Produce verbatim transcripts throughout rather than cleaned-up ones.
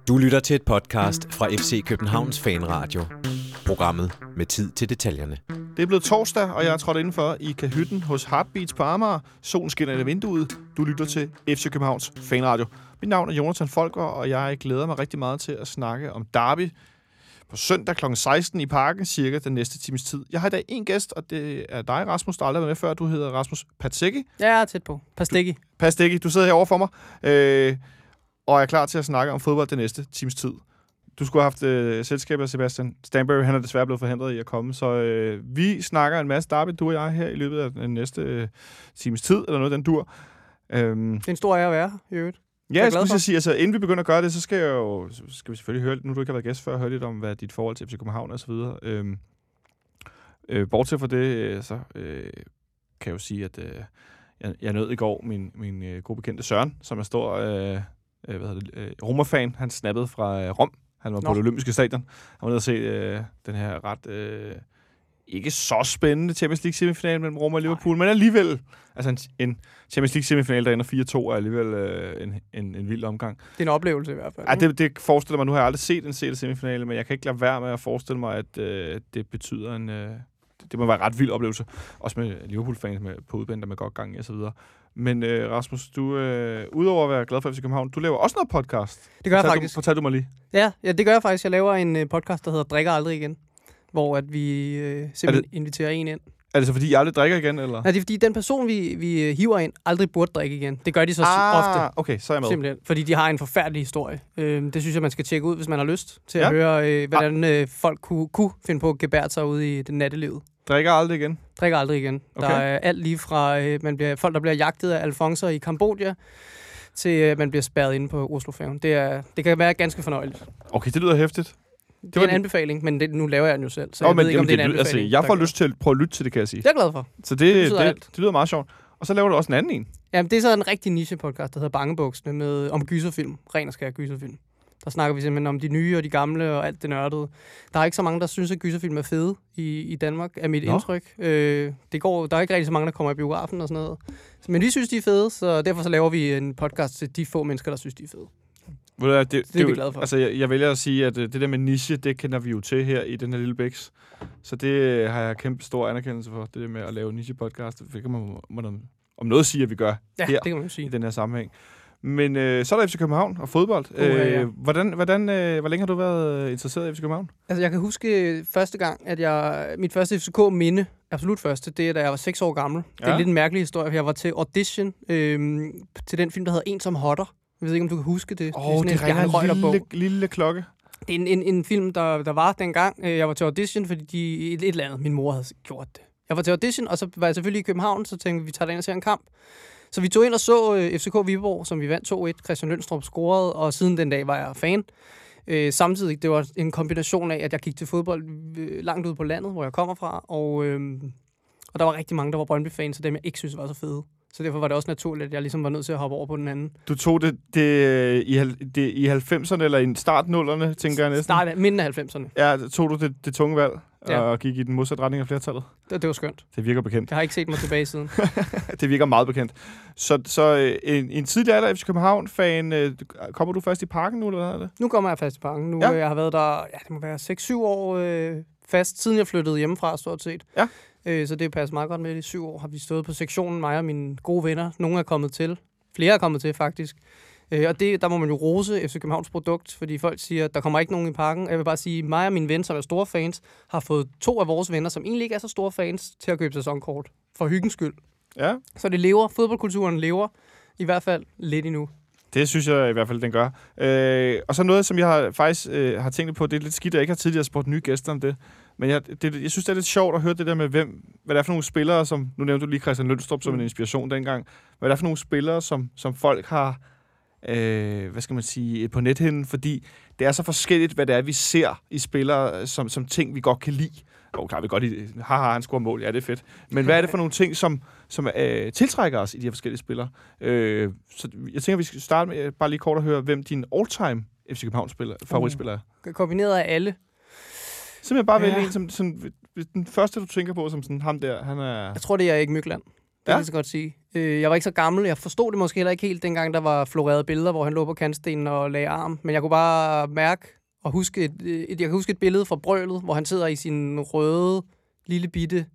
Du lytter til et podcast fra F C Københavns Fanradio. Programmet med tid til detaljerne. Det er blevet torsdag, og jeg er trådt indenfor i kahytten hos Heartbeats på Amager. Solen skinner i vinduet. Du lytter til F C Københavns Fanradio. Mit navn er Jonathan Folker, og jeg glæder mig rigtig meget til at snakke om derby på søndag klokken seksten i Parken, cirka den næste times tid. Jeg har i dag en gæst, og det er dig, Rasmus, der aldrig har været med før. Du hedder Rasmus Patzecki. Ja, jeg er tæt på. Patzecki. Patzecki, du sidder herovre for mig, øh, og er klar til at snakke om fodbold den næste times tid. Du skulle have haft øh, selskab af Sebastian Stanbury. Han er desværre blevet forhindret i at komme, så øh, vi snakker en masse derby, du og jeg, her i løbet af den næste øh, times tid, eller noget den dur. Øhm, det er en stor ære at være, i øvrigt. Ja, jeg skulle sige, altså inden vi begynder at gøre det, så skal jeg jo, skal vi selvfølgelig høre, nu du ikke har været gæst før, høre lidt om, hvad dit forhold til F C København og så videre. Øhm, øh, bortset fra det, så øh, kan jeg jo sige, at øh, jeg, jeg nød i går min, min øh, gode bekendte Søren, som er stor øh, øh, hvad hedder det, øh, Roma-fan. Han snappede fra øh, Rom. Han var Nå. på det olympiske stadion. Han var nede og se øh, den her ret... Øh, ikke så spændende Champions League semifinal mellem Roma og Liverpool, Nej. men alligevel, altså en, en Champions League semifinal, der ender fire to, er alligevel øh, en, en, en vild omgang. Det er en oplevelse i hvert fald. Ja, det, det forestiller mig, nu har jeg aldrig set en C L-semifinale, men jeg kan ikke lade være med at forestille mig, at øh, det betyder en... Øh, det, det må være en ret vild oplevelse, også med Liverpool-fans med, på udbanen, der med godt gang i og så videre. Men øh, Rasmus, du, øh, udover at være glad for F C København, du laver også noget podcast. Det gør fortal jeg faktisk. Du, fortal du mig lige. Ja, ja, det gør jeg faktisk. Jeg laver en podcast, der hedder Drikker aldrig igen, hvor at vi øh, simpelthen det, inviterer en ind. Er det så, fordi I aldrig drikker igen, eller? Nej, det er fordi, den person, vi, vi hiver ind, aldrig burde drikke igen. Det gør de så ah, ofte. okay, så er jeg med. Simpelthen, fordi de har en forfærdelig historie. Øh, det synes jeg, man skal tjekke ud, hvis man har lyst til ja. at høre, øh, hvordan øh, folk kunne, kunne finde på at gebære sig ude i det nattelivet. Drikker aldrig igen? Drikker aldrig igen. Okay. Der er alt lige fra øh, man bliver, folk, der bliver jagtet af alfonser i Kambodja, til øh, man bliver spærret inde på Oslofærgen. Det, er, det kan være ganske fornøjeligt. Okay, det lyder hæftigt. Det, det er en den... anbefaling, men det, nu laver jeg den jo selv, så Nå, jeg men, ved ikke, om jamen, det er en det, anbefaling. Altså, jeg får lyst til at prøve at lytte til det, kan jeg sige. Det er jeg glad for. Så det, det, det, det, det lyder meget sjovt. Og så laver du også en anden en. Jamen, det er så en rigtig niche-podcast, der hedder Bangebuksene, med, om gyserfilm. Ren og skær gyserfilm. Der snakker vi simpelthen om de nye og de gamle og alt det nørdede. Der er ikke så mange, der synes, at gyserfilm er fede i, i Danmark, er mit Nå. indtryk. Øh, det går, der er ikke rigtig så mange, der kommer i biografen og sådan noget. Men vi synes, de er fede, så derfor så laver vi en podcast til de få mennesker, der synes, de er fede. Det, det, det er vi glade for. Altså, jeg, jeg vælger at sige, at det der med niche, det kender vi jo til her i den her lille bæks. Så det har jeg kæmpe stor anerkendelse for, det der med at lave niche-podcast. Det kan man, man om noget sige, at vi gør ja, her det kan man sige. I den her sammenhæng. Men øh, så er der F C København og fodbold. Uh, ja, ja. Øh, hvordan, hvordan, øh, hvor længe har du været interesseret i F C København? Altså, jeg kan huske første gang, at jeg... Mit første F C K-minde, absolut første, det er, da jeg var seks år gammel. Ja. Det er lidt en mærkelig historie, for jeg var til audition øh, til den film, der hedder En som hotter. Jeg ved ikke, om du kan huske det. Åh, oh, det, det ringer en lille, lille klokke. Det er en, en, en film, der, der var dengang. Jeg var til audition, fordi de, et, et eller andet, min mor havde gjort det. Jeg var til audition, og så var jeg selvfølgelig i København, så tænkte vi, vi tager ind og ser en kamp. Så vi tog ind og så uh, F C K Viborg, som vi vandt to et. Christian Lønstrup scorede, og siden den dag var jeg fan. Uh, samtidig, det var en kombination af, at jeg gik til fodbold uh, langt ude på landet, hvor jeg kommer fra, og, uh, og der var rigtig mange, der var Brøndby-fans, så dem jeg ikke synes var så fede. Så derfor var det også naturligt, at jeg ligesom var nødt til at hoppe over på den anden. Du tog det, det, i, det i halvfemserne, eller i startnullerne, tænker jeg næsten? Start af, midten af halvfemserne. Ja, tog du det, det tunge valg, ja. og gik i den modsatte retning af flertallet? Det, det var skønt. Det virker bekendt. Jeg har ikke set mig tilbage siden. Det virker meget bekendt. Så, så en, en tidlig alder F C København-fan, kommer du først i Parken nu, eller hvad er det? Nu kommer jeg først i Parken. Nu ja. jeg har været der, ja, det må være seks syv år øh, fast, siden jeg flyttede hjemmefra, stort set. Ja. Så det passer meget godt med. I syv år har vi stået på sektionen, mig og mine gode venner. Nogle er kommet til. Flere er kommet til, faktisk. Og det, der må man jo rose F C Københavns produkt, fordi folk siger, at der kommer ikke nogen i Parken. Jeg vil bare sige, at mig og mine venner, som er store fans, har fået to af vores venner, som egentlig ikke er så store fans, til at købe sæsonkort. For hyggens skyld. Ja. Så det lever. Fodboldkulturen lever. I hvert fald lidt endnu. Det synes jeg i hvert fald, den gør. Øh, og så noget, som jeg har, faktisk øh, har tænkt på, det er lidt skidt, at jeg ikke har tidligere spurgt nye gæster om det. Men jeg, det, jeg synes, det er lidt sjovt at høre det der med, hvem, hvad det er for nogle spillere, som... Nu nævnte du lige Christian Lønstrup som mm. en inspiration dengang. Hvad det er for nogle spillere, som, som folk har... Øh, hvad skal man sige, på nethinden, fordi det er så forskelligt, hvad det er, vi ser i spillere, som, som ting, vi godt kan lide. Åh, oh, klar, vi godt lide, haha, han scorer mål, ja, det er fedt. Men hvad er det for nogle ting, som, som øh, tiltrækker os i de her forskellige spillere? Øh, så jeg tænker, vi skal starte med bare lige kort at høre, hvem din all-time F C København-spiller, favoritspiller er. Kombineret af alle. Simpelthen bare ja. vælge en, som, som den første, du tænker på, som sådan ham der, han er... Jeg tror, det er Erik Mykland. Det kan jeg så godt sige. Øh, jeg var ikke så gammel. Jeg forstod det måske heller ikke helt, dengang der var florerede billeder, hvor han lå på kantstenen og lagde arm. Men jeg kunne bare mærke og huske et, et, jeg kan huske et billede fra brølet, hvor han sidder i sin røde, lille bitte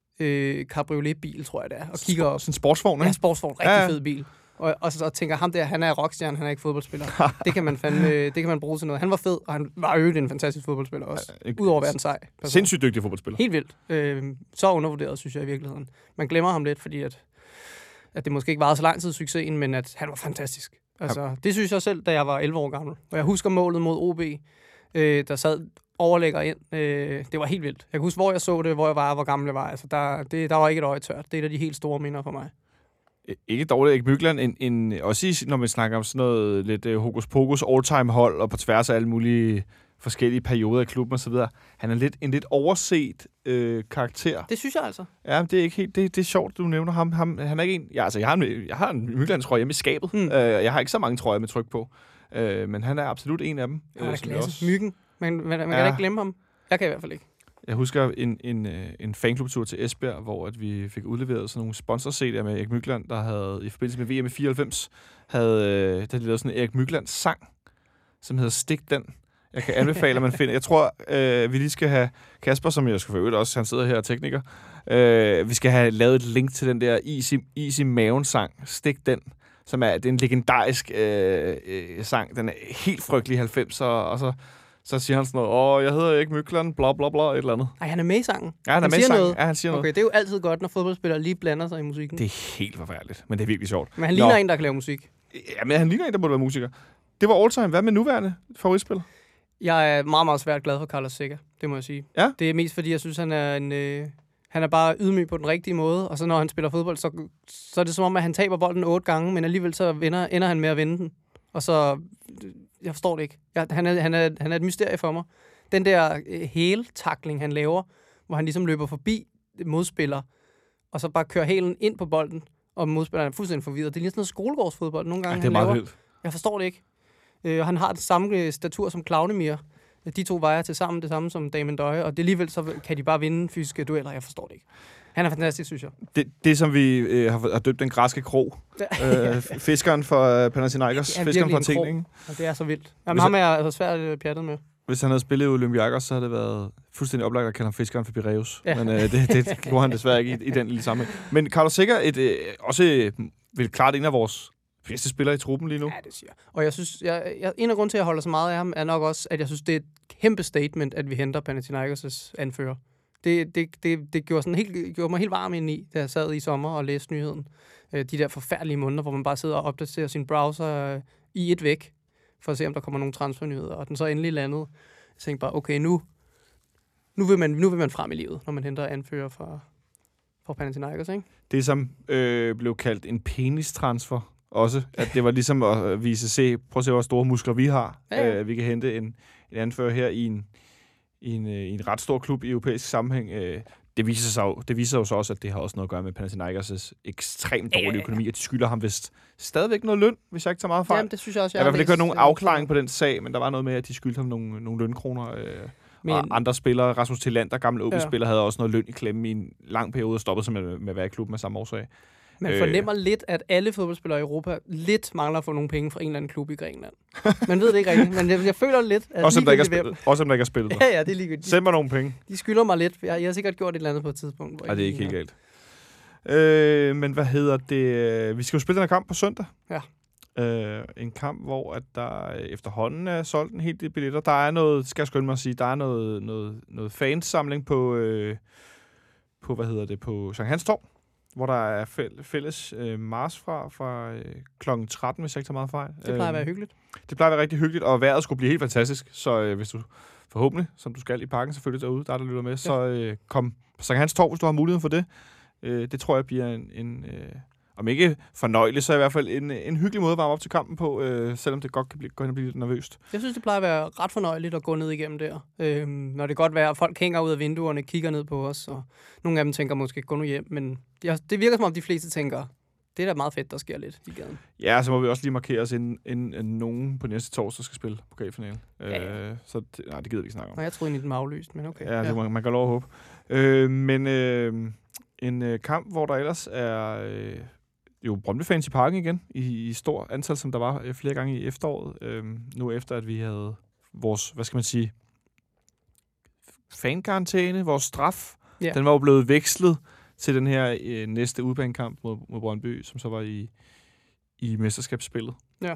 øh, cabriolet-bil, tror jeg det er, og kigger op. Sådan en sportsvogn, ikke? Ja, sportsvogn. Rigtig ja, ja. fed bil. Og, og så og tænker ham der, han er rockstjerne, han er ikke fodboldspiller. det kan man fandme, det kan man bruge til noget. Han var fed, og han var øvrigt en fantastisk fodboldspiller også. Ja, udover at være en sej person. Sindssygt dygtig fodboldspiller. Helt vildt. Øh, så undervurderet, synes jeg i virkeligheden. Man glemmer ham lidt, fordi at, at det måske ikke varede så lang tid succesen, men at han var fantastisk. Altså, ja. Det synes jeg selv, da jeg var elleve år gammel. Og jeg husker målet mod O B, øh, der sad overlægger ind. Øh, det var helt vildt. Jeg kan huske, hvor jeg så det, hvor jeg var, hvor gammel jeg var. Altså, der, det, der var ikke et øje tørt. Det er et af de helt store minder for mig. Ikke dårligt, ikke Mykland. En, en, også når man snakker om sådan noget lidt uh, hokus pokus, all-time hold, og på tværs af alle mulige forskellige perioder i klubben og så videre. Han er lidt, en lidt overset øh, karakter. Det synes jeg altså. Ja, det er ikke helt, det, det er sjovt, du nævner ham. ham han er ikke en, ja, altså, jeg har en, jeg har en Mykland-trøje hjemme i skabet. Hmm. Uh, jeg har ikke så mange trøjer med tryk på. Uh, men han er absolut en af dem. Han er uh, klasse. Også... Myggen. Man, man, man ja. kan da ikke glemme ham. Jeg kan i hvert fald ikke. Jeg husker en, en, en fanklubtur til Esbjerg, hvor at vi fik udleveret sådan nogle sponsor-C D'er med Erik Mykland, der havde i forbindelse med V M i fireoghalvfems, havde der lavet sådan en Erik Myklands sang, som hedder Stik den. Jeg kan anbefale, at man finder. Jeg tror, øh, vi lige skal have Kasper, som jeg skal få øvrigt også, han sidder her og tekniker. Øh, vi skal have lavet et link til den der Is i, Is i maven-sang, Stik den, som er, det er en legendarisk øh, øh, sang. Den er helt frygtelig halvfemser, og så Så siger han sådan noget, åh, jeg hedder ikke Mykland, bla bla bla, et eller andet. Ej, han er med i sangen. Ja, han, han er med i sangen. Ja, han siger noget. Okay, det er jo altid godt, når fodboldspillere lige blander sig i musikken. Det er helt forfærdeligt, men det er virkelig sjovt. Men han ligner Nå. en, der kan lave musik. Ja, men han ligner en, der burde være musiker. Det var all time. Hvad med nuværende favoritspiller? Jeg er meget, meget svært glad for Carlos Seca, det må jeg sige. Ja? Det er mest fordi, jeg synes, han er en... Øh, han er bare ydmyg på den rigtige måde, og så når han spiller fodbold, så, så er det som om, at han taber bolden otte gange, men alligevel så vinder, ender han med at vinde den. Og så... Jeg forstår det ikke. Jeg, han, er, han, er, han er et mysterie for mig. Den der øh, hæl-tackling, han laver, hvor han ligesom løber forbi modspiller, og så bare kører hælen ind på bolden, og modspilleren er fuldstændig forvirret. Det er lige sådan noget skolegårdsfodbold nogle gange, ja, det er han meget laver. vildt. Jeg forstår det ikke. Øh, han har den samme statur som Claudemir. De to vejer til sammen det samme som Damien Døje, og det alligevel så kan de bare vinde fysiske dueller. Jeg forstår det ikke. Han er fantastisk, synes jeg. Det, det som vi øh, har, har døbt den græske krog. øh, fiskeren for uh, Panathinaikos. Ja, fiskeren for Athen, ikke? Og det er så vildt. Jamen, ham er jeg altså svært øh, pjattet med. Hvis han havde spillet i Olympiakos, så havde det været fuldstændig oplagt at kalde ham fiskeren for Piraeus. Ja. Men øh, det, det, det gjorde han desværre ikke i, i den lille sammenhæng. Men Carlos Seca er øh, også øh, vel klart en af vores bedste spillere i truppen lige nu. Ja, det siger jeg. Og jeg synes, jeg, jeg, en af grunden til, at jeg holder så meget af ham, er nok også, at jeg synes, det er et kæmpe statement, at vi henter Panathinaikos' anfører. Det, det, det, det gjorde, sådan helt, gjorde mig helt varm ind i, da jeg sad i sommer og læste nyheden. De der forfærdelige måneder, hvor man bare sidder og opdaterer sin browser i et væk, for at se, om der kommer nogle transfernyheder. Og den så endelig landede. Jeg tænkte bare, okay, nu, nu, vil man, nu vil man frem i livet, når man henter anfører fra, fra Panathinaikos, ikke? Det, som øh, blev kaldt en penis-transfer, også. At det var ligesom at vise, se, prøv at se, hvor store muskler vi har. Ja, ja. Øh, vi kan hente en, en anfører her i en, i, en, i en ret stor klub i europæisk sammenhæng. Øh, det, viser sig jo, det viser jo så også, at det har også noget at gøre med Panathinaikos' ekstremt dårlige ja, ja, ja. økonomi, og de skylder ham vist stadigvæk noget løn, hvis jeg ikke tager meget fejl. Jamen, det synes jeg også, jeg, jeg har i hvert fald ikke hørt nogen afklaring på den sag, men der var noget med, at de skyldte ham nogle, nogle lønkroner. Øh, men... Og andre spillere, Rasmus Tillander, gamle O B-spiller, ja. havde også noget løn i klemme i en lang periode og stoppede sig med, med at være i klubben af samme årsag. Man fornemmer øh. lidt, at alle fodboldspillere i Europa lidt mangler at få nogle penge fra en eller anden klub i Grækenland. Man ved det ikke rigtigt, men jeg, jeg føler lidt, at også om der ikke er spillet. Også om der ikke er spillet. Ja, ja, det er ligegyldigt. Send mig nogle penge. De skylder mig lidt. Jeg, jeg har sikkert gjort et eller andet på et tidspunkt. Nej, det er ikke helt galt. Øh, men hvad hedder det? Vi skal jo spille den her kamp på søndag. Ja. Øh, en kamp, hvor at der efterhånden er solgt en hel del billetter. Der er noget, skal jeg skynde mig at sige, der er noget, noget, noget fansamling på, øh, på, hvad hedder det, på Sankt Hans Torv, hvor der er fælles øh, mars fra, fra øh, klokken tretten, hvis jeg ikke tager meget fejl. Det plejer at være hyggeligt. Det plejer at være rigtig hyggeligt, og vejret skulle blive helt fantastisk. Så øh, hvis du forhåbentlig, som du skal i parken selvfølgelig derude, der er der lytter med, ja. så øh, kom på Sankt Hans Torv, hvis du har muligheden for det. Øh, det tror jeg bliver en, en øh, om ikke fornøjelig, så i hvert fald en, en hyggelig måde at varme op til kampen på, øh, selvom det godt kan blive, gå hen og blive lidt nervøst. Jeg synes, det plejer at være ret fornøjeligt at gå ned igennem der. Øhm, når det godt være, at folk hænger ud af vinduerne, kigger ned på os, og nogle af dem tænker måske, gå nu hjem, men ja, det virker som om de fleste tænker, det er da meget fedt, der sker lidt i gaden. Ja, så må vi også lige markere os, inden, inden nogen på næste torsdag skal spille pokalfinale. Ja, ja. Øh, så det, nej, det gider vi ikke snakke om. Nej, jeg troede egentlig, den var aflyst, men okay. Ja, det ja. Man, man kan lov at håbe. Øh, men... Øh, en øh, kamp, hvor der ellers er øh, jo Brøndby-fans i parken igen, i, i stor antal, som der var øh, flere gange i efteråret. Øh, nu efter, at vi havde vores, hvad skal man sige, fankarantæne, vores straf, ja. Den var jo blevet vekslet til den her øh, næste udbanekamp mod, mod Brøndby, som så var i, i mesterskabsspillet. Ja.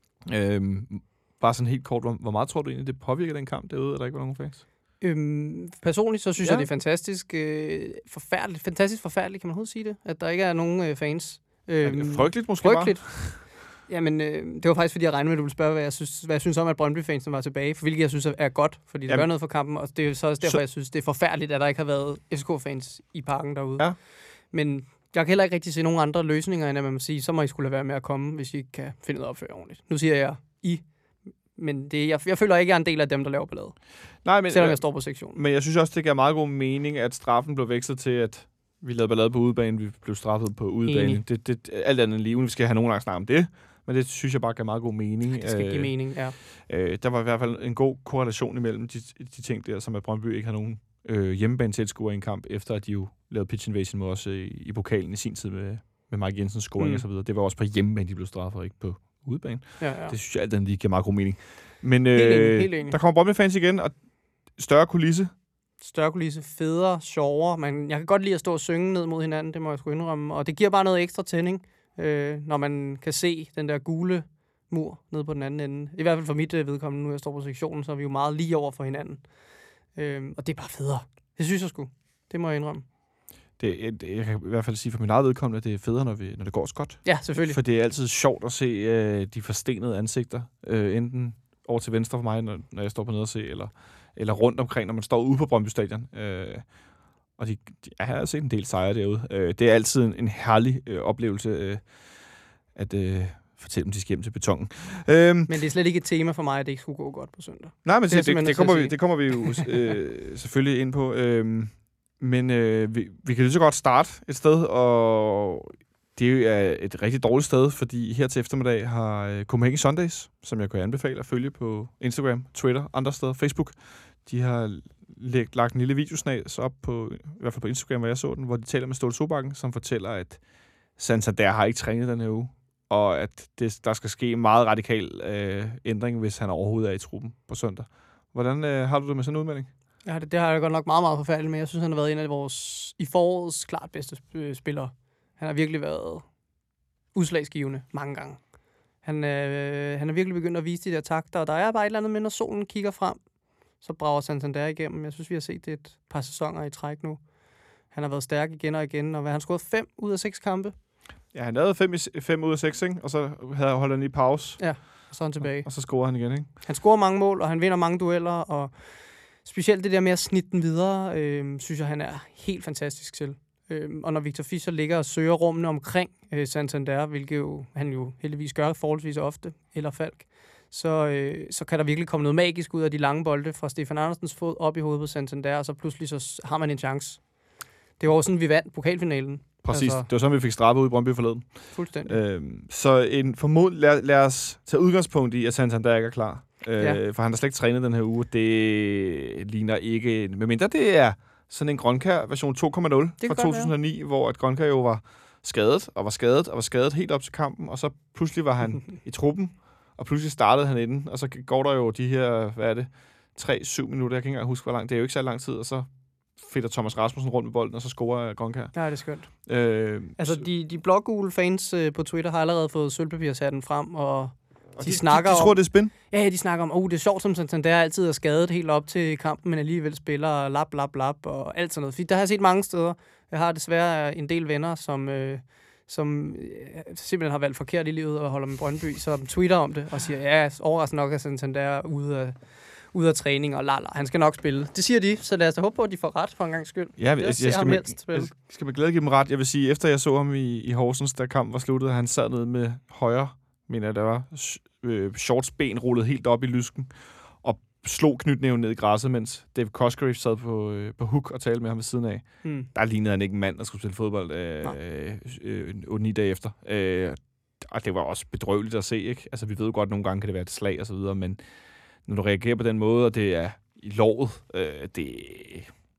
Øhm, bare sådan helt kort, hvor, hvor meget tror du egentlig, det påvirker den kamp derude, at der ikke var nogen fans? Øhm, personligt, så synes ja. jeg, det er fantastisk øh, forfærdeligt. Fantastisk forfærdeligt, kan man overhovedet sige det? At der ikke er nogen øh, fans. Øhm, ja, frygteligt måske frygteligt. bare? Jamen, øh, det var faktisk, fordi jeg regnede med, at du ville spørge, hvad jeg synes, hvad jeg synes om, at Brøndby-fansene var tilbage. For hvilket jeg synes er godt, fordi det Jamen. gør noget for kampen. Og det er så også derfor, så... jeg synes, det er forfærdeligt, at der ikke har været F C K-fans i parken derude. Ja. Men jeg kan heller ikke rigtig se nogen andre løsninger, end at man må sige, så må I skulle lade være med at komme, hvis I ikke kan finde noget opføre ordentligt. Nu siger jeg I, men det, jeg, jeg føler ikke, at jeg er en del af dem, der laver ballade. Nej, men, selvom jeg står på sektionen. Men jeg synes også, det giver meget god mening, at straffen blev vekslet til, at vi lavede ballade på udebane, vi blev straffet på udebane. Det, det, alt andet end lige, vi skal have nogen gange snak om det. Men det synes jeg bare giver meget god mening. Det skal give mening, ja. Øh, der var i hvert fald en god korrelation imellem de, de ting der, som at Brøndby ikke har nogen øh, hjemmebane-tilskuere i en kamp, efter at de jo lavede pitch invasion med os i, i pokalen i sin tid med, med Mark Jensens scoring mm. og så videre. Det var også på hjemmebane, de blev straffet, ikke på udebane. Ja, ja. Det synes jeg alt andet lige giver meget god mening. Men øh, helt enig, helt enig. Der kommer Brøndby-fans igen, og større kulisse. Større kulisse, federe, sjovere. Man, jeg kan godt lide at stå og synge ned mod hinanden, det må jeg sgu indrømme. Og det giver bare noget ekstra tænding. Øh, når man kan se den der gule mur nede på den anden ende. I hvert fald for mit øh, vedkommende, nu jeg står på sektionen, så er vi jo meget lige over for hinanden. Øh, og det er bare federe. Det synes jeg sgu. Det må jeg indrømme. Det, det, jeg kan i hvert fald sige for min eget vedkommende, at det er federe, når, vi, når det går så godt. Ja, selvfølgelig. For det er altid sjovt at se øh, de forstenede ansigter, øh, enten over til venstre for mig, når, når jeg står på nede og se, eller, eller rundt omkring, når man står ude på Brøndby Stadion. Øh, Og de, de, jeg har set en del sejre derude. Øh, det er altid en, en herlig øh, oplevelse øh, at øh, fortælle dem, de skal hjem til betongen. Øh, men det er slet ikke et tema for mig, at det ikke skulle gå godt på søndag. Nej, men det, det, det, det, kommer, vi, det kommer vi jo øh, selvfølgelig ind på. Øh, men øh, vi, vi kan lige så godt starte et sted, og det er et rigtig dårligt sted, fordi her til eftermiddag har øh, Copenhagen Sundays, som jeg kan anbefale at følge på Instagram, Twitter, andre steder, Facebook. De har lægt, lagt en lille videosnas op på, i hvert fald på Instagram, hvor jeg så den, hvor de taler med Ståle Sobakken, som fortæller, at Santander har ikke trænet den her uge, og at det, der skal ske en meget radikal øh, ændring, hvis han overhovedet er i truppen på søndag. Hvordan øh, har du det med sådan en udmelding? Ja, det, det har jeg godt nok meget, meget forfærdeligt med. Jeg synes, han har været en af vores i forårets klart bedste øh, spillere. Han har virkelig været udslagsgivende mange gange. Han, øh, han er virkelig begyndt at vise de der takter, og der er bare et eller andet med, når solen kigger frem, så brager Santander igennem. Jeg synes, vi har set det et par sæsoner i træk nu. Han har været stærk igen og igen, og hvad, han scoret fem ud af seks kampe. Ja, han lavede fem, fem ud af seks, ikke? Og så havde holdt han lige pause. Ja, og så er han tilbage. Og, og så scorer han igen, ikke? Han scorer mange mål, og han vinder mange dueller, og specielt det der med at snitte den videre, øh, synes jeg, han er helt fantastisk til. Øh, og når Victor Fischer ligger og søger rummene omkring øh, Santander, hvilket jo, han jo heldigvis gør forholdsvis ofte, eller Falk, så, øh, så kan der virkelig komme noget magisk ud af de lange bolde fra Stefan Andersens fod op i hovedet på Santander, og så pludselig så har man en chance. Det var jo sådan, vi vandt pokalfinalen. Præcis. Altså, det var sådan, vi fik straffet ud i Brøndby forleden. Fuldstændig. Øhm, så en formod, lad, lad os tage udgangspunkt i, at Santander ikke er klar. Øh, ja. For han har slet ikke trænet den her uge. Det ligner ikke... Medmindre det er sådan en Grønkær version to punkt nul fra to tusind og ni, være. Hvor at Grønkær jo var skadet, og var skadet, og var skadet helt op til kampen, og så pludselig var han i truppen, og pludselig startede han inden, og så går der jo de her, hvad er det, tre syv minutter, jeg kan ikke engang huske, hvor langt, det er jo ikke så lang tid, og så fedter Thomas Rasmussen rundt med bolden, og så scorer Grønkær. Ja, det er skønt. Øh, altså, de, de blågule fans øh, på Twitter har allerede fået sølvpapirshatten frem, og, og de, de snakker de, de tror, om... det er spin? Ja, de snakker om, oh, det er sjovt, som Santander altid er skadet helt op til kampen, men alligevel spiller lap, lap, lap, og alt sådan noget. Fordi der har jeg set mange steder. Jeg har desværre en del venner, som... Øh, som øh, simpelthen har valgt forkert i livet og holder med Brøndby, som tweeter om det og siger, ja, overraskende nok er Santander ude af, ude af træning, og lala, han skal nok spille. Det siger de, så lad os da håbe på, at de får ret for en gang skyld. Ja, jeg, jeg, skal med, jeg skal med glæde give dem ret. Jeg vil sige, efter jeg så ham i, i Horsens, da kampen var sluttet, han sad ned med højre, mener jeg, der var øh, shortsben rullet helt op i lysken, og slog knytnæven ned i græsset, mens David Cosgrave sad på, øh, på hook og talte med ham ved siden af. Hmm. Der lignede han ikke en mand, der skulle spille fodbold øh, øh, otte ni dage efter. Øh, og det var også bedrøveligt at se, ikke? Altså, vi ved jo godt, at nogle gange kan det være et slag og så videre, men når du reagerer på den måde, og det er i lovet, øh, det, det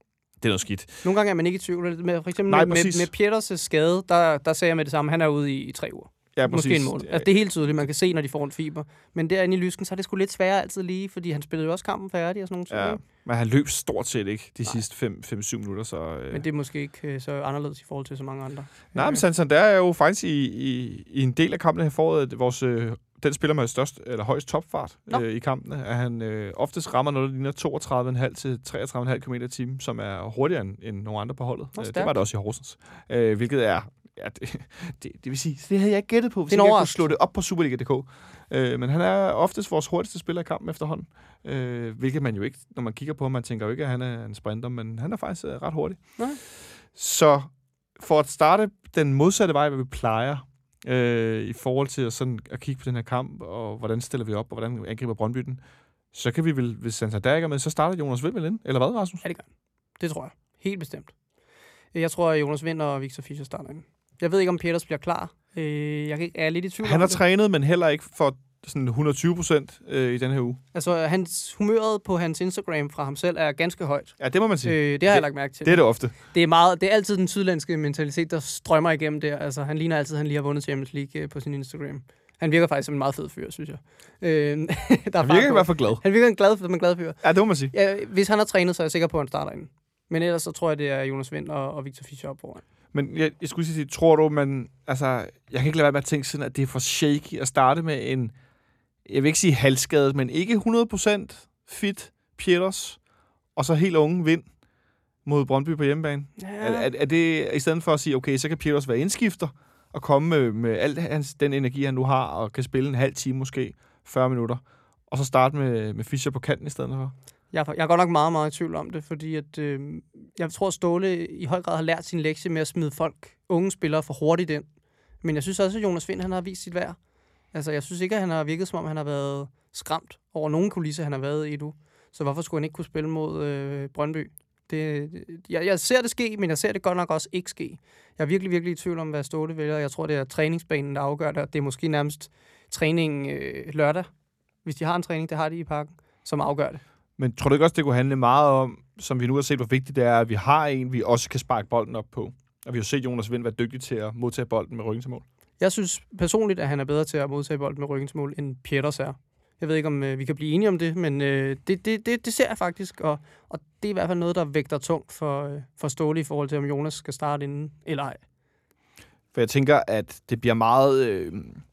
det er noget skidt. Nogle gange er man ikke i tvivl. Med, for eksempel Nej, med, med, med Pieters skade, der, der sagde jeg med det samme, han er ude i, i tre uger. Ja, Måske en måned. Altså, det er helt tydeligt, man kan se, når de får en fiber. Men derinde i lysken, så er det sgu lidt sværere altid lige, fordi han spillede jo også kampen færdig og sådan nogle ja, ting. men han løb stort set ikke de Nej. sidste fem syv minutter. Så, øh... Men det er måske ikke så anderledes i forhold til så mange andre. Nej, men Santander er jo faktisk i, i, i en del af kampen her foråret, vores, øh, den spiller med størst, eller højst topfart øh, i kampene, at han øh, oftest rammer noget, der ligner toogtredive komma fem til treogtredive komma fem kilometer i timen, som er hurtigere end, end nogle andre på holdet. Øh, det var det også i Horsens. Øh, hvilket er Ja, det, det, det vil sige, det havde jeg ikke gættet på, hvis jeg kunne slå det op på Superliga punktum d k. Øh, men han er oftest vores hurtigste spiller i kampen efterhånden. Øh, hvilket man jo ikke, når man kigger på ham, man tænker jo ikke, at han er en sprinter, men han er faktisk uh, ret hurtig. Nej. Så for at starte den modsatte vej, hvad vi plejer, øh, i forhold til at, sådan, at kigge på den her kamp, og hvordan stiller vi op, og hvordan angriber Brøndby den, så kan vi vel, hvis Santander ikke er med, så starter Jonas Vind vel ind, eller hvad, Rasmus? Ja, det gør Det tror jeg. Helt bestemt. Jeg tror, at Jonas Vind og Victor Fischer starter ind. Jeg ved ikke, om Peters bliver klar. Øh, jeg er lidt i tvivl. Han har trænet, men heller ikke for sådan hundrede og tyve procent øh, i den her uge. Altså, hans humøret på hans Instagram fra ham selv er ganske højt. Ja, det må man sige. Øh, det har det, jeg lagt mærke til. Det er det ofte. Det er, meget, det er altid den sydlandske mentalitet, der strømmer igennem der. Altså, han ligner altid, at han lige har vundet Champions League øh, på sin Instagram. Han virker faktisk som en meget fed fyr, synes jeg. Øh, der han virker i hvert fald glad. Han virker en glad, som en glad fyr. Ja, det må man sige. Ja, hvis han har trænet, så er jeg sikker på, at han starter ind. Men ellers så tror jeg, det er Jonas Vind og, og Victor Fischer op foran. Men jeg, jeg skulle sige, tror du, man... Altså, jeg kan ikke lade være med at tænke sådan, at det er for shaky at starte med en... Jeg vil ikke sige halvskadet, men ikke hundrede procent fit Pieters, og så helt unge Vind mod Brøndby på hjemmebane. Ja. Er, er, er det i stedet for at sige, okay, så kan Pieters være indskifter og komme med, med al hans, den energi, han nu har, og kan spille en halv time måske, fyrre minutter, og så starte med, med Fischer på kanten i stedet for? Jeg er, jeg er godt nok meget, meget i tvivl om det, fordi at, øh, jeg tror, at Ståle i høj grad har lært sin lektie med at smide folk, unge spillere, for hurtigt ind. Men jeg synes også, at Jonas Vind, han har vist sit værd. Altså, jeg synes ikke, at han har virket, som om han har været skræmt over nogen kulisser, han har været i nu. Så hvorfor skulle han ikke kunne spille mod øh, Brøndby? Det, jeg, jeg ser det ske, men jeg ser det godt nok også ikke ske. Jeg er virkelig, virkelig i tvivl om, hvad Ståle vælger. Jeg tror, det er træningsbanen, der afgør det. Det er måske nærmest træningen øh, lørdag, hvis de har en træning, det har de i parken, som afgør det. Men tror du ikke også, det kunne handle meget om, som vi nu har set, hvor vigtigt det er, at vi har en, vi også kan sparke bolden op på? Og vi har set Jonas Vind være dygtig til at modtage bolden med ryggen til mål. Jeg synes personligt, at han er bedre til at modtage bolden med ryggen til mål, end Pieters er. Jeg ved ikke, om øh, vi kan blive enige om det, men øh, det, det, det, det ser jeg faktisk, og, og det er i hvert fald noget, der vægter tungt for, øh, for Ståle i forhold til, om Jonas skal starte inden eller ej. For jeg tænker, at det bliver meget, øh,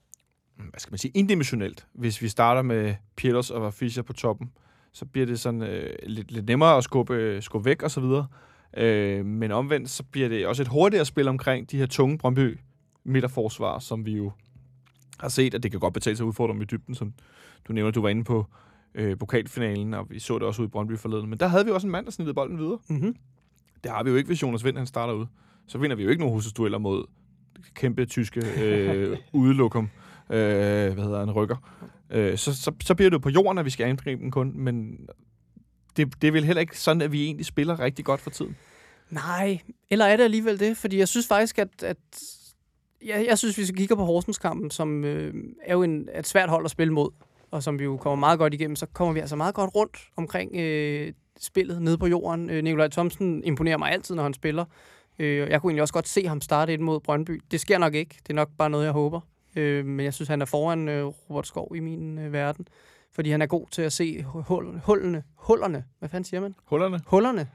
hvad skal man sige, indimensionelt, hvis vi starter med Pieters og Fischer på toppen. Så bliver det sådan øh, lidt, lidt nemmere at skubbe, skubbe væk og så videre. Øh, men omvendt, så bliver det også et hurtigere spil omkring de her tunge Brøndby midterforsvar, som vi jo har set, at det kan godt betale sig at udfordre med dybden, som du nævner, du var inde på øh, pokalfinalen, og vi så det også ud i Brøndby forleden. Men der havde vi også en mand, der snittede bolden videre. Mm-hmm. Det har vi jo ikke, hvis Jonas Vind han starter ud. Så vinder vi jo ikke nogen husesdueller mod kæmpe tyske øh, udelukum. Øh, hvad hedder han, rykker. Øh, så, så, så bliver det jo på jorden, at vi skal angribe den kun, men det, det er vel heller ikke sådan, at vi egentlig spiller rigtig godt for tiden. Nej, eller er det alligevel det? Fordi jeg synes faktisk, at, at jeg, jeg synes, hvis vi kigger på Horsens-kampen, som øh, er jo en, et svært hold at spille mod, og som vi jo kommer meget godt igennem, så kommer vi altså meget godt rundt omkring øh, spillet nede på jorden. Øh, Nikolaj Thomsen imponerer mig altid, når han spiller. Øh, jeg kunne egentlig også godt se ham starte ind mod Brøndby. Det sker nok ikke. Det er nok bare noget, jeg håber. Øh, men jeg synes, han er foran øh, Robert Skov i min øh, verden. Fordi han er god til at se hul, hullene. Hullerne. Hvad fanden siger man? Hullerne? Hullerne.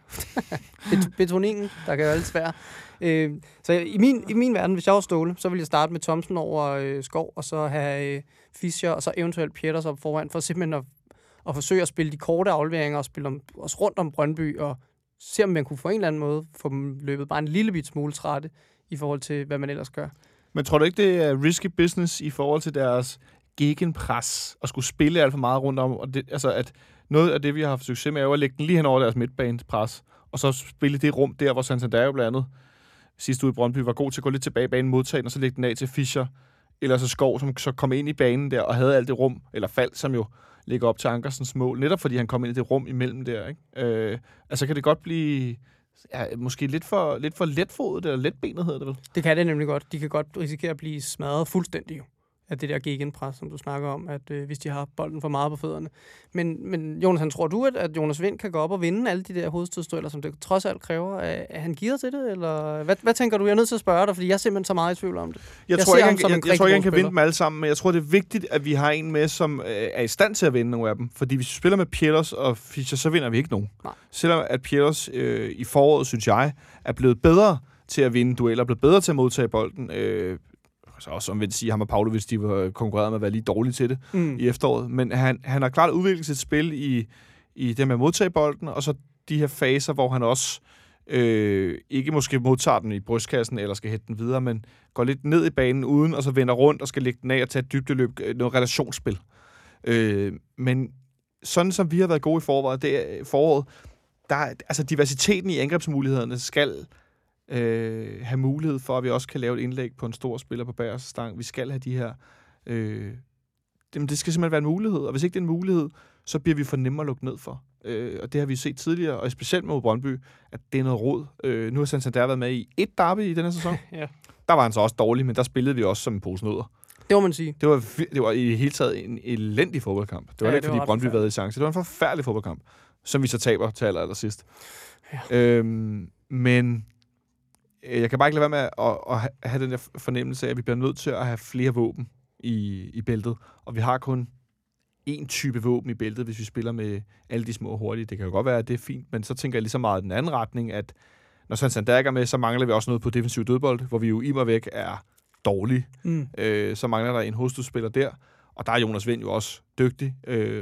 Bet- betoningen, der kan jo alt svære. Øh, så i min, i min verden, hvis jeg var Ståle, så ville jeg starte med Thomsen over øh, Skov, og så have øh, Fischer, og så eventuelt Pieters op foran, for simpelthen at, at forsøge at spille de korte afleveringer, og spille om, os rundt om Brøndby, og se om man kunne på en eller anden måde få dem løbet bare en lille bit smule trætte, i forhold til, hvad man ellers gør. Men tror du ikke, det er risky business i forhold til deres gegenpres og skulle spille alt for meget rundt om? Og det, altså, at noget af det, vi har haft succes med, er jo at lægge den lige hen over deres midtbanepres, og så spille det rum der, hvor Santander jo blandt andet sidste ude i Brøndby var god til at gå lidt tilbage i banen, modtagen, og så lægge den af til Fischer, eller så Skov, som så kom ind i banen der og havde alt det rum, eller Fald, som jo ligger op til Ankersens mål, netop fordi han kom ind i det rum imellem der. Ikke? Øh, altså kan det godt blive... Ja, måske lidt for, lidt for letfodet eller letbenet hedder det vel? Det kan det nemlig godt. De kan godt risikere at blive smadret fuldstændig. af det der gegenpres, som du snakker om, at øh, hvis de har bolden for meget på fødderne. Men, men Jonas, han tror du, at, at Jonas Vind kan gå op og vinde alle de der hovedstødstueller, som det trods alt kræver? Er, er han gearet til det, eller hvad, hvad tænker du? Jeg er nødt til at spørge dig, fordi jeg er simpelthen så meget i tvivl om det. Jeg, jeg tror ikke, han, jeg, jeg tror ikke, han kan vinde dem alle sammen, men jeg tror, det er vigtigt, at vi har en med, som øh, er i stand til at vinde nogle af dem. Fordi hvis vi spiller med Pielos og Fischer, så vinder vi ikke nogen. Nej. Selvom at Pielos øh, i foråret, synes jeg, er blevet bedre til at vinde dueller, er blevet bedre til at modtage bolden. Øh, så også om vil sige, ham og Pavlovic, de var konkurreret med at være lige dårlige til det mm. i efteråret. Men han, han har klart udviklet sit spil i, i det med at modtage bolden, og så de her faser, hvor han også øh, ikke måske modtager den i brystkassen, eller skal hætte den videre, men går lidt ned i banen uden, og så vender rundt og skal lægge den af og tage et dybdeløb, noget relationsspil. Øh, men sådan som vi har været gode i foråret, det er foråret, der er, altså diversiteten i angrebsmulighederne skal øh, have mulighed for, at vi også kan lave et indlæg på en stor spiller på bagerste stang. Vi skal have de her... Øh, det, det skal simpelthen være en mulighed, og hvis ikke det er en mulighed, så bliver vi for nemme at lukke ned for. Øh, og det har vi set tidligere, og specielt med Brøndby, at det er noget rod. Øh, nu har Santander været med i et derby i denne sæson. Ja. Der var han så også dårlig, men der spillede vi også som en pose nødder. Det må man sige. Det var, det var i hele taget en elendig fodboldkamp. Det var ja, ikke, fordi Brøndby havde i chance. Det var en forfærdelig fodboldkamp, som vi så taber til aller, aller sidst. Ja. Øhm, men jeg kan bare ikke lade være med at, at have den der fornemmelse af, at vi bliver nødt til at have flere våben i, i bæltet. Og vi har kun én type våben i bæltet, hvis vi spiller med alle de små hurtige. Det kan jo godt være, at det er fint, men så tænker jeg lige så meget i den anden retning, at når Santander er med, så mangler vi også noget på defensiv dødbold, hvor vi jo i mig væk er dårlige. Mm. Øh, så mangler der en hovedstødspiller der, og der er Jonas Vind jo også dygtig, øh,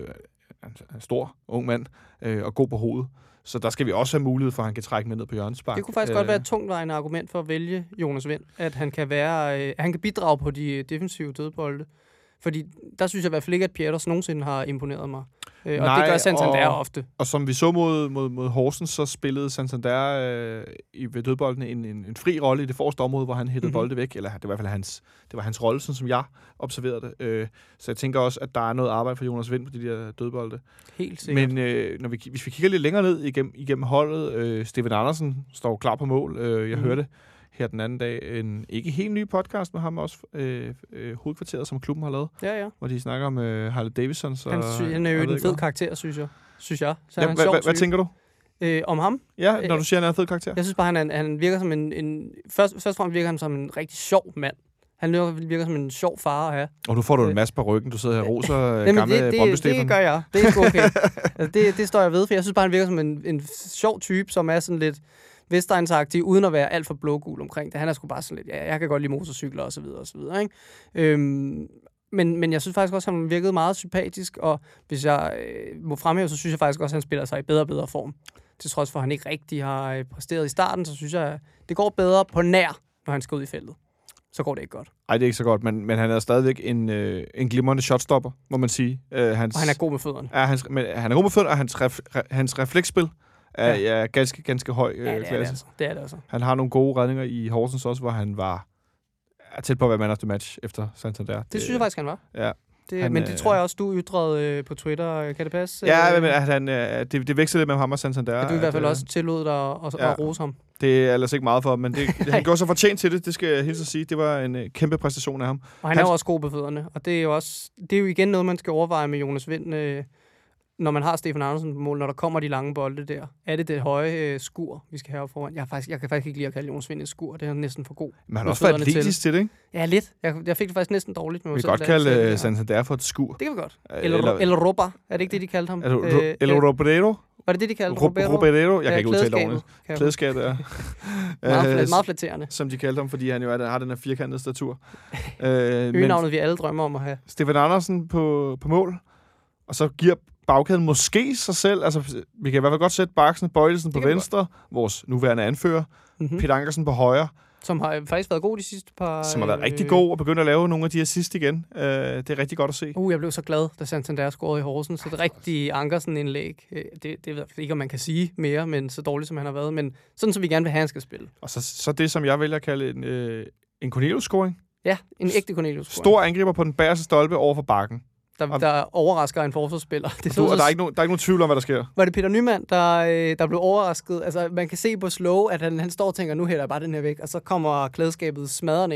en stor, ung mand, øh, og god på hovedet. Så der skal vi også have mulighed for, at han kan trække med ned på hjørnespark. Det kunne faktisk øh, godt være et tungtvejende argument for at vælge Jonas Vind, at han kan være, øh, han kan bidrage på de defensive dødbolde. Fordi der synes jeg i hvert fald ikke, at Pieters nogensinde har imponeret mig. Øh, og Nej, det gør Santander og, ofte. Og som vi så mod, mod, mod Horsens, så spillede Santander øh, i, ved dødbolden en, en, en fri rolle i det forreste område, hvor han hættede mm-hmm. bolde væk. Eller det var i hvert fald hans, det var hans rolle, sådan som jeg observerede det. Øh, så jeg tænker også, at der er noget arbejde for Jonas Vind på de der dødbolde. Helt sikkert. Men øh, når vi, hvis vi kigger lidt længere ned igennem, igennem holdet, øh, Steven Andersen står klar på mål. Øh, jeg mm. hørte her den anden dag en ikke helt ny podcast med ham også, øh, øh, hovedkvarteret, som klubben har lavet. Ja, ja. Hvor de snakker om øh, Harley Davidson. Så, han, sy- han er jo en fed karakter, synes jeg. Synes jeg. Så ja, hva, hvad tænker du? Øh, om ham? Ja, når du siger, han er en fed karakter. Jeg synes bare, han, er, han virker som en... en først, først og fremmest virker han som en rigtig sjov mand. Han virker som en sjov far at have. Og nu får du en masse på ryggen. Du sidder her og roser øh, gamle det, det, det gør jeg. Det er sgu okay. altså, det, det står jeg ved, for jeg synes bare, han virker som en, en sjov type, som er sådan lidt Vestegnsagtig, uden at være alt for blågul omkring det. Han er sgu bare sådan lidt, ja, jeg kan godt lide motorcykler og så videre og så videre, ikke? Øhm, men, men jeg synes faktisk også, at han virkede meget sympatisk, og hvis jeg øh, må fremhæve, så synes jeg faktisk også, at han spiller sig i bedre og bedre form. Til trods for, at han ikke rigtig har øh, præsteret i starten, så synes jeg, at det går bedre på nær, når han skal ud i feltet. Så går det ikke godt. Nej, det er ikke så godt, men, men han er stadigvæk en, øh, en glimrende shotstopper, må man sige. Øh, hans, og han er god med fødderne. Ja, hans, men, han er god med fødderne, og hans, ref, hans refleksspil er ja. Ja, ganske, ganske høj øh, ja, det er klasse. Det, altså. det er det altså. Han har nogle gode redninger i Horsens også, hvor han var tæt på at være man of the match efter Santander. Det, det synes jeg faktisk, han var. Ja. Det, han, men det tror jeg også, du ytrede øh, på Twitter. Kan det passe? Ja, men han, øh, det, det veksler lidt med ham og Santander. Ja, du i hvert fald at, også tillod dig at, at, ja, at rose ham. Det er ellers ikke meget for, men det, han gjorde sig fortjent til det, det skal jeg helt så sige. Det var en øh, kæmpe præstation af ham. Og han, han er jo også god på fødderne, og det er jo også det er jo igen noget, man skal overveje med Jonas Vind, øh, når man har Stefan Andersen på mål, når der kommer de lange bolde der. Er det det høje øh, skur, vi skal have op foran? Jeg, er faktisk, jeg kan faktisk ikke lide at kalde Jonas Vind et skur. Det er næsten for god. Men han har også været atletisk til det, ikke? Ja, lidt. Jeg, jeg fik det faktisk næsten dårligt med mig. Vi kan godt kalde uh, Santander for et skur. Det kan vi godt. Eller, eller, eller Roba. Er det ikke det, de kaldte ham? Er det, øh, eller Roberto? Var det det, de kaldte Roberto? Roberto? Jeg kan ikke udtale det ordentligt. Klædeskabet, ja. meget, meget flatterende. Som de kaldte ham, fordi han jo er, har den her firkantede statur. Øgenavnet, vi alle drømmer om at have. Stefan Andersen på, på mål. Og så giver bagkæden måske sig selv. Altså, vi kan i hvert fald godt sætte Baksen, Bøjlesen på venstre, vores nuværende anfører, mm-hmm. Peter Ankersen på højre. Som har faktisk været god de sidste par... Som har været øh... rigtig god og begyndt at lave nogle af de assist igen. Uh, det er rigtig godt at se. Uh, jeg blev så glad, da Santander scorede i Horsens. Så det er rigtig Ankersen-indlæg. Det, det ved jeg ikke, om man kan sige mere, men så dårligt, som han har været. Men sådan, som vi gerne vil have, han skal spille. Og så, så det, som jeg vælger at kalde en, øh, en Cornelius-scoring. Ja, en ægte Cornelius-scoring. Stor angriber på den bagerste stolpe over for bakken. Der, der overrasker en forsvarsspiller. Det du, og der er, ikke no, der er ikke nogen tvivl om, hvad der sker. Var det Peter Nyman, der, der blev overrasket? Altså, man kan se på slow, at han, han står og tænker, nu hælder jeg bare den her væk, og så kommer klædeskabet smadrende ind, og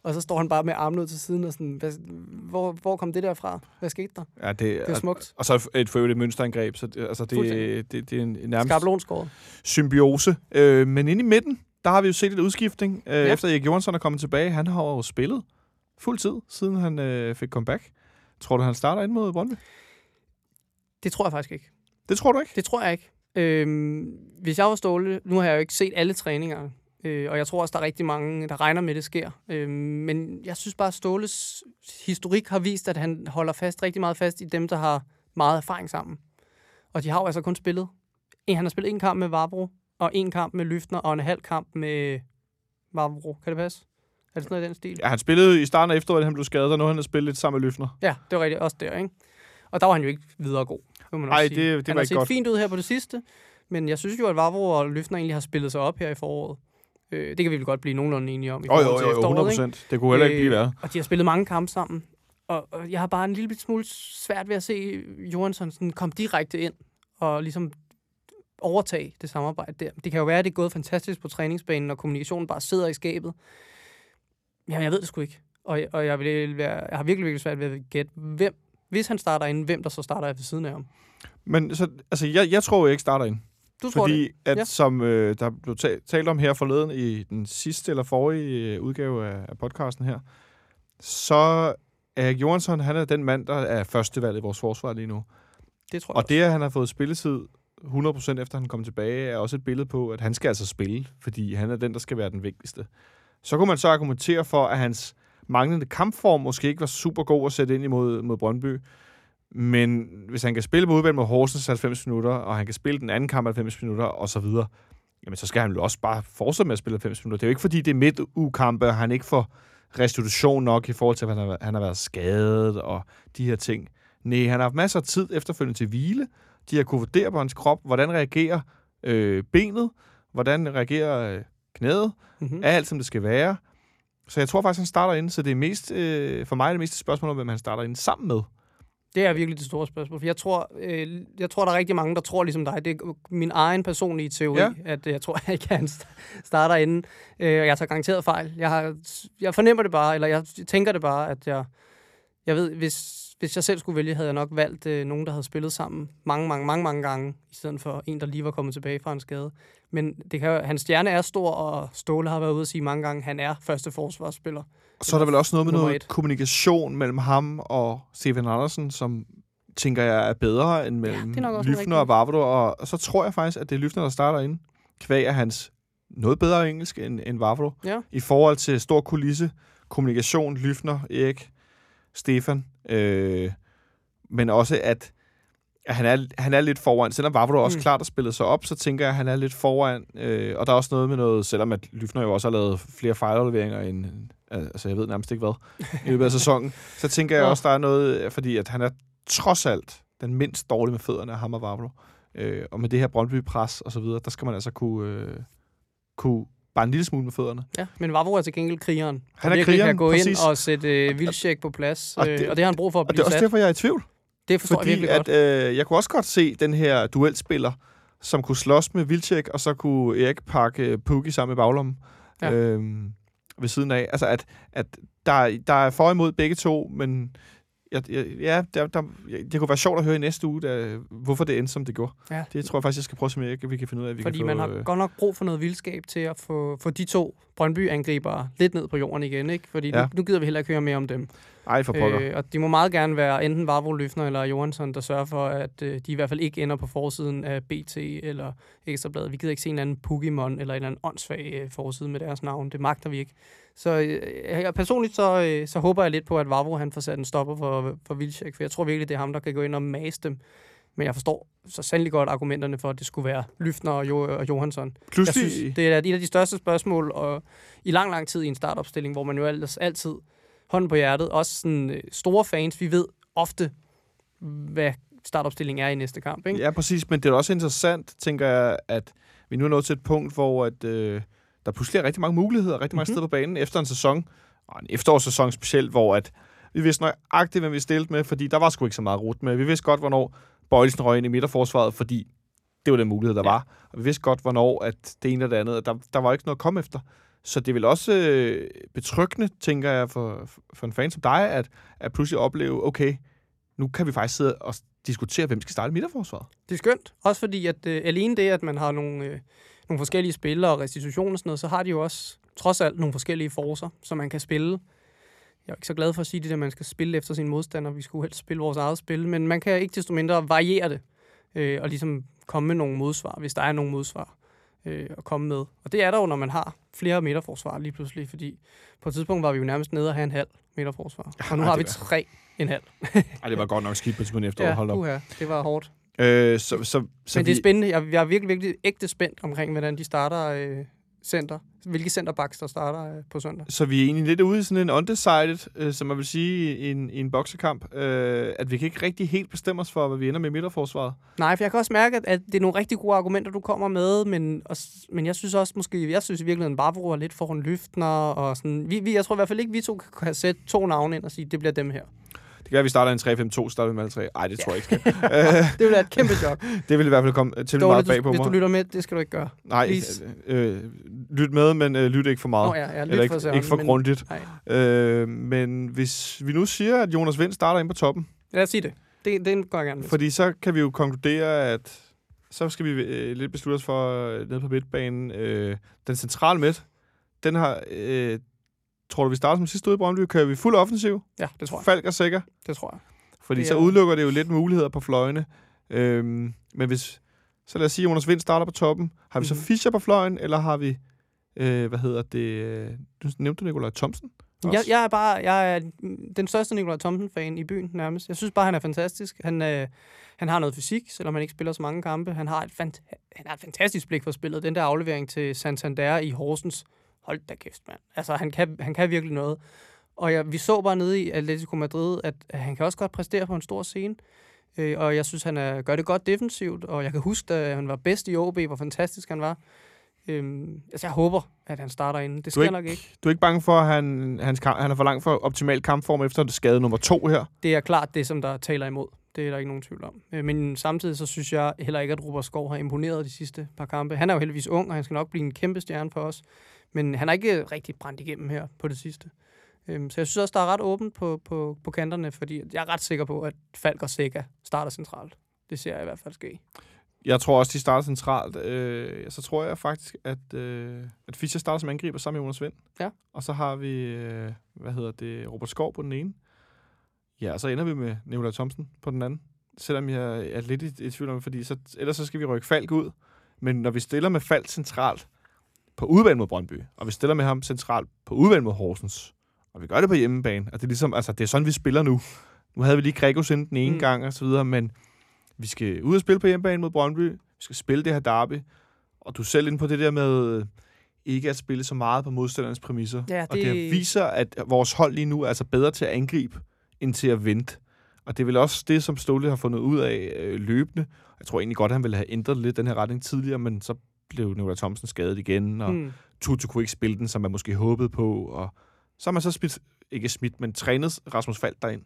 Og så står han bare med armen ud til siden og sådan, hvad, hvor, hvor kom det der fra? Hvad skete der? Ja, det, det er smukt. Og så et forøvrigt mønsterangreb, så det, altså det, det, det, det er en nærmest skabelonskåret symbiose. Øh, men inde i midten, der har vi jo set et udskiftning, øh, ja. efter Erik Johansson er kommet tilbage. Han har jo spillet fuld tid, siden han øh, fik comeback. Tror du, han starter ind mod Brøndby? Det tror jeg faktisk ikke. Det tror du ikke? Det tror jeg ikke. Øhm, hvis jeg var Ståle, nu har jeg jo ikke set alle træninger, øh, og jeg tror også, der er rigtig mange, der regner med, at det sker. Øh, men jeg synes bare, at Ståles historik har vist, at han holder fast rigtig meget fast i dem, der har meget erfaring sammen. Og de har jo altså kun spillet. En, han har spillet en kamp med Vavro, og en kamp med Lyftner, og en halv kamp med Vavro. Kan det passe? Er det sådan noget i den stil? Ja, han spillede i starten af efteråret, han blev skadet, og nu har han spillet lidt sammen med Lyftner. Ja, det var rigtigt. Også der, ikke? Og der var han jo ikke videre god. Nej, det, det han var har ikke set godt. fint ud her på det sidste, men jeg synes jo, at Vavro og Lyftner egentlig har spillet sig op her i foråret. Øh, det kan vi vel godt blive nogenlunde enige om i forhold jo, jo, til jo, efteråret, hundrede procent. Det kunne heller ikke blive værre. Og de har spillet mange kampe sammen. Og, og jeg har bare en lille smule svært ved at se Johansson sådan komme direkte ind og ligesom overtage det samarbejde der. Det kan jo være, at det er gået fantastisk på træningsbanen, og kommunikationen bare sidder i skabet. Jamen, jeg ved det sgu ikke. Og, og jeg, vil være, jeg har virkelig, virkelig svært ved at gætte, hvem, hvis han starter inden, hvem der så starter ved siden af ham. Men så, altså, jeg, jeg tror jo ikke starter ind. Du tror Fordi det? at Ja. som øh, der blev ta- talt om her forleden i den sidste eller forrige øh, udgave af, af podcasten her, så er Johansson, han er den mand, der er førstevalget i vores forsvar lige nu. Det tror jeg Og også. det, at han har fået spilletid hundrede procent efter han kom tilbage, er også et billede på, at han skal altså spille, fordi han er den, der skal være den vigtigste. Så kunne man så argumentere for, at hans manglende kampform måske ikke var super god at sætte ind imod mod Brøndby. Men hvis han kan spille på udvalg mod Horsens halvfems minutter, og han kan spille den anden kamp halvfems minutter, og så videre, jamen så skal han jo også bare fortsætte med at spille halvfems minutter. Det er jo ikke, fordi det er midt-ugekampe, og han ikke får restitution nok i forhold til, at han har, han har været skadet og de her ting. Nej, han har haft masser af tid efterfølgende til hvile. De har kunne vurdere på hans krop, hvordan reagerer øh, benet, hvordan reagerer øh, knæet, Mm-hmm. er alt, som det skal være. Så jeg tror faktisk, han starter inde, så det er mest, øh, for mig er det mest et spørgsmål om, hvem han starter inde sammen med. Det er virkelig det store spørgsmål, for jeg tror, øh, jeg tror, der er rigtig mange, der tror ligesom dig. Det er min egen personlige teori, Ja. at øh, jeg tror ikke, han starter inden. Øh, jeg tager garanteret fejl. Jeg, har, jeg fornemmer det bare, eller jeg tænker det bare, at jeg, jeg ved, hvis, hvis jeg selv skulle vælge, havde jeg nok valgt øh, nogen, der havde spillet sammen mange, mange, mange, mange gange, i stedet for en, der lige var kommet tilbage fra en skade. Men det kan, hans stjerne er stor, og Ståle har været ude at sige mange gange, at han er første forsvarsspiller. Så er der vel også noget med Nummer noget et. kommunikation mellem ham og Stefan Andersen, som tænker jeg er bedre end mellem det er nok også Lyftner rigtigt. og Vavro. Og så tror jeg faktisk, at det er Lyftner, der starter inde. Kvæg er hans noget bedre engelsk end, end Vavro. Ja. I forhold til stor kulisse, kommunikation, Lyftner, Erik, Stefan. Øh, men også, at at han er, han er lidt foran. Selvom Vavro også Mm. klart har spillet sig op, så tænker jeg, at han er lidt foran. Øh, og der er også noget med noget, selvom at Lyftner jo også har lavet flere fejlafleveringer end, altså jeg ved nærmest ikke hvad, i løbet af sæsonen, så tænker jeg Ja. også, der er noget, fordi at han er trods alt den mindst dårlige med fødderne af ham og Vavro. Øh, og med det her Brøndby-pres og så videre, der skal man altså kunne, øh, kunne bare en lille smule med fødderne. Ja, men Vavro er til gengæld krigeren. Han der er virkelig krigeren, kan gå præcis. ind og sætte øh, Vilcek på plads, Og øh, det- og det har han brug for at Og det blive er også sat. derfor, jeg er i tvivl. Det forstår Fordi jeg virkelig at, godt. øh, jeg kunne også godt se den her duelspiller, som kunne slås med Vilcek, og så kunne Erik pakke øh, Pukki sammen med baglommen Ja. øhm, ved siden af. Altså, at, at der, der er for imod begge to, men jeg, jeg, ja, der, der, det kunne være sjovt at høre i næste uge, der, hvorfor det endte, som det gjorde. Ja. Det tror jeg faktisk, jeg skal prøve at se, om jeg vi kan finde ud af, at vi Fordi kan få... man har øh, godt nok brug for noget vildskab til at få, få de to Brøndby-angribere lidt ned på jorden igen, ikke? Fordi Ja. nu, nu gider vi heller ikke høre mere om dem. Ej, for pokker. Øh, og de må meget gerne være enten Vavro, Lyftner eller Johansson, der sørger for, at øh, de i hvert fald ikke ender på forsiden af B T eller Ekstrabladet. Vi gider ikke se en anden Pokemon eller en eller anden åndssvag øh, forside med deres navn. Det magter vi ikke. Så øh, jeg, personligt så, øh, så håber jeg lidt på, at Vavro han får sat en stopper for, for Vilcek, for jeg tror virkelig, det er ham, der kan gå ind og mase dem. Men jeg forstår så sandelig godt argumenterne for, at det skulle være Lyftner og, jo, og Johansson. Jeg Pludselig... synes, det er et af de største spørgsmål og i lang, lang tid i en startopstilling, hvor man jo ellers altid hånden på hjertet, også sådan øh, store fans, vi ved ofte, hvad startopstillingen er i næste kamp, ikke? Ja, præcis, men det er også interessant, tænker jeg, at vi nu er nået til et punkt, hvor at, øh, der pludselig er rigtig mange muligheder, rigtig mange Mhm. steder på banen efter en sæson, og en efterårssæson specielt, hvor at vi vidste nøjagtigt, hvem vi stillede med, fordi der var sgu ikke så meget rut med. Vi vidste godt, hvornår Bøjlesen røg ind i midterforsvaret, fordi det var den mulighed, der Ja. var. Og vi vidste godt, hvornår at det ene eller det andet, der, der var ikke noget at komme efter. Så det er vel også øh, betryggende, tænker jeg, for, for en fan som dig, at, at pludselig opleve, okay, nu kan vi faktisk sidde og diskutere, hvem skal starte midterforsvaret. Det er skønt. Også fordi, at øh, alene det, at man har nogle, øh, nogle forskellige spillere og restitutioner og sådan noget, så har de jo også trods alt nogle forskellige forcer, som man kan spille. Jeg er ikke så glad for at sige det, at man skal spille efter sin modstander. Vi skulle helst spille vores eget spil, men man kan ikke desto mindre variere det øh, og ligesom komme med nogle modsvar, hvis der er nogle modsvar øh, at komme med. Og det er der jo, når man har flere midterforsvar lige pludselig, fordi på et tidspunkt var vi jo nærmest nede at have en halv midterforsvar, og nu Ej, har vi var... tre en halv. Ej, det var godt nok skidt på tidspunkt efter. Ja, Hold op. uha, det var hårdt. Øh, så, så, så Men vi... det er spændende. Jeg, jeg er virkelig, virkelig ægte spændt omkring, hvordan de starter øh, center. Hvilke centerbacks, der starter øh, på søndag. Så vi er egentlig lidt ude i sådan en undecided, øh, som man vil sige, i en, i en boksekamp. Øh, at vi kan ikke rigtig helt bestemme os for, hvad vi ender med i midterforsvaret. Nej, for jeg kan også mærke, at, at det er nogle rigtig gode argumenter, du kommer med, men, også, men jeg synes også måske, jeg synes i virkeligheden, Vavro er lidt foran Løftner, og sådan. Vi, vi, jeg tror i hvert fald ikke, vi to kan sætte to navne ind og sige, det bliver dem her. Det kan være, at vi starter en tre fem to, starter vi med alle tre. Ej, det tror jeg ikke skal. Det vil være et kæmpe chok. Det vil i hvert fald komme til meget bag på mig. Hvis du lytter med, det skal du ikke gøre. Nej, øh, lyt med, men øh, lyt ikke for meget. Oh, ja, ja, Eller ikke for, for, ikke for men, grundigt. Øh, men hvis vi nu siger, at Jonas Vind starter ind på toppen. Lad os sige det. Det, det går jeg gerne med. Fordi så kan vi jo konkludere, at så skal vi øh, lidt beslutte os for øh, nede på midtbanen. Øh, den centrale midt, den har... Øh, tror du, vi starter som sidste ude i Brøndby? Kører vi fuld offensiv? Ja, det tror jeg. Falk er sikker? Det tror jeg. Fordi det så er... udelukker det jo lidt muligheder på fløjene. Øhm, men hvis... Så lad os sige, at Jonas Vind starter på toppen. Har vi mm-hmm. så Fischer på fløjen, eller har vi... Øh, hvad hedder det... Du nævnte Nikolaj Thomsen? Jeg, jeg er bare... Jeg er den største Nikolaj Thomsen-fan i byen, nærmest. Jeg synes bare, han er fantastisk. Han, øh, han har noget fysik, selvom han ikke spiller så mange kampe. Han har et, fant- han har et fantastisk blik for spillet. Den der aflevering til Santander i Horsens. Hold da kæft, mand. Altså, han kan, han kan virkelig noget. Og jeg, vi så bare nede i Atletico Madrid, at, at han kan også godt præstere på en stor scene. Øh, og jeg synes, han er, gør det godt defensivt. Og jeg kan huske, at han var bedst i O B, hvor fantastisk han var. Øhm, altså, jeg håber, at han starter inden. Det sker ikke, nok ikke. Du er ikke bange for, at han, hans kamp, han er for langt for optimal kampform efter skade nummer to her? Det er klart det, som der taler imod. Det er der ikke nogen tvivl om. Øh, men samtidig så synes jeg heller ikke, at Robert Skov har imponeret de sidste par kampe. Han er jo heldigvis ung, og han skal nok blive en kæmpe stjerne for os. Men han er ikke rigtig brændt igennem her på det sidste. Øhm, så jeg synes også, der er ret åbent på, på, på kanterne, fordi jeg er ret sikker på, at Falk og Sækker starter centralt. Det ser jeg i hvert fald ske. Jeg tror også, de starter centralt. Øh, så tror jeg faktisk, at, øh, at Fischer starter som angriber sammen med Jonas Vind. Ja. Og så har vi, øh, hvad hedder det, Robert Skov på den ene. Ja, og så ender vi med Nikolaj Thomsen på den anden. Selvom jeg er lidt i, i tvivl om, fordi så, ellers så skal vi rykke Falk ud. Men når vi stiller med Falk centralt på udebane mod Brøndby, og vi stiller med ham centralt på udebane mod Horsens, og vi gør det på hjemmebane, og det er ligesom, altså det er sådan, vi spiller nu. Nu havde vi lige Gregos ind den ene mm. gang, og så videre, men vi skal ud og spille på hjemmebane mod Brøndby, vi skal spille det her derby, og du er selv inde på det der med ikke at spille så meget på modstandernes præmisser. Ja, det... Og det viser, at vores hold lige nu er altså bedre til at angribe, end til at vente. Og det er vel også det, som Ståle har fundet ud af øh, løbende. Jeg tror egentlig godt, at han ville have ændret lidt den her retning tidligere, men så blev Nikolaj Thomsen skadet igen, og mm. Tutu kunne ikke spille den, som man måske håbede på, og så har man så smidt, ikke smidt, men trænet Rasmus Falk derind.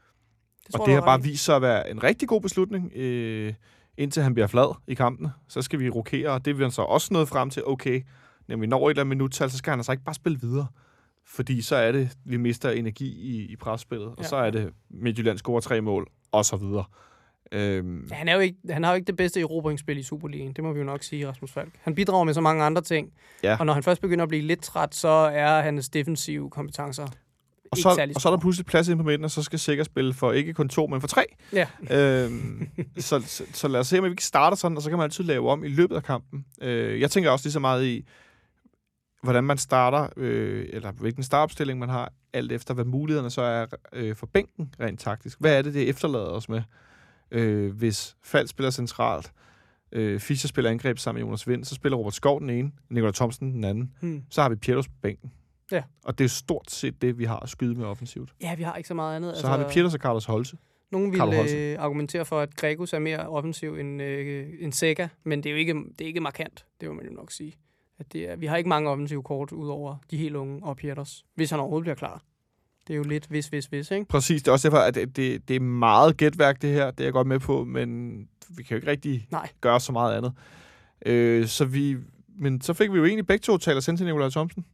Det og det har bare vist sig at være en rigtig god beslutning, øh, indtil han bliver flad i kampene. Så skal vi rokere, og det vil han så også nå frem til, okay, når vi når et eller andet minuttal, så skal han altså ikke bare spille videre. Fordi så er det, vi mister energi i, i presspillet, og ja. Så er det Midtjylland scorer tre mål, og så videre. Øhm. Ja, han, er jo ikke, han har jo ikke det bedste erobringsspil i Superligaen, det må vi jo nok sige, Rasmus Falk. Han bidrager med så mange andre ting, ja. Og når han først begynder at blive lidt træt, så er hans defensive kompetencer og ikke så, særlig og så er der pludselig plads inde på midten, og så skal Sækker spille for ikke kun to, men for tre. Ja. øhm, så, så, så lad os se, om vi ikke starter sådan, og så kan man altid lave om i løbet af kampen. Øh, jeg tænker også lige så meget i, hvordan man starter, øh, eller hvilken startopstilling man har, alt efter hvad mulighederne så er øh, for bænken rent taktisk. Hvad er det, det efterlader os med? Øh, hvis Falk spiller centralt, øh, Fischer spiller angreb sammen med Jonas Vind, så spiller Robert Skov den ene, Nikolaj Thomsen den anden, hmm. så har vi Pietos på bænken. Ja. Og det er stort set det, vi har at skyde med offensivt. Ja, vi har ikke så meget andet. Så altså, har vi Pietos og Carlos Holse. Nogen vil øh, argumentere for, at Gregos er mere offensiv end, øh, end Sækker, men det er jo ikke, det er ikke markant, det vil man jo nok sige. At det er, vi har ikke mange offensive kort ud over de helt unge og Pietos, hvis han overhovedet bliver klar. Det er jo lidt hvis, hvis, hvis, ikke? Præcis, det er også derfor, at det, det, det er meget gætværk, det her. Det er jeg godt med på, men vi kan jo ikke rigtig Nej. gøre så meget andet. Øh, så vi, men så fik vi jo egentlig begge to taler sendt til Nikolaj Thomsen.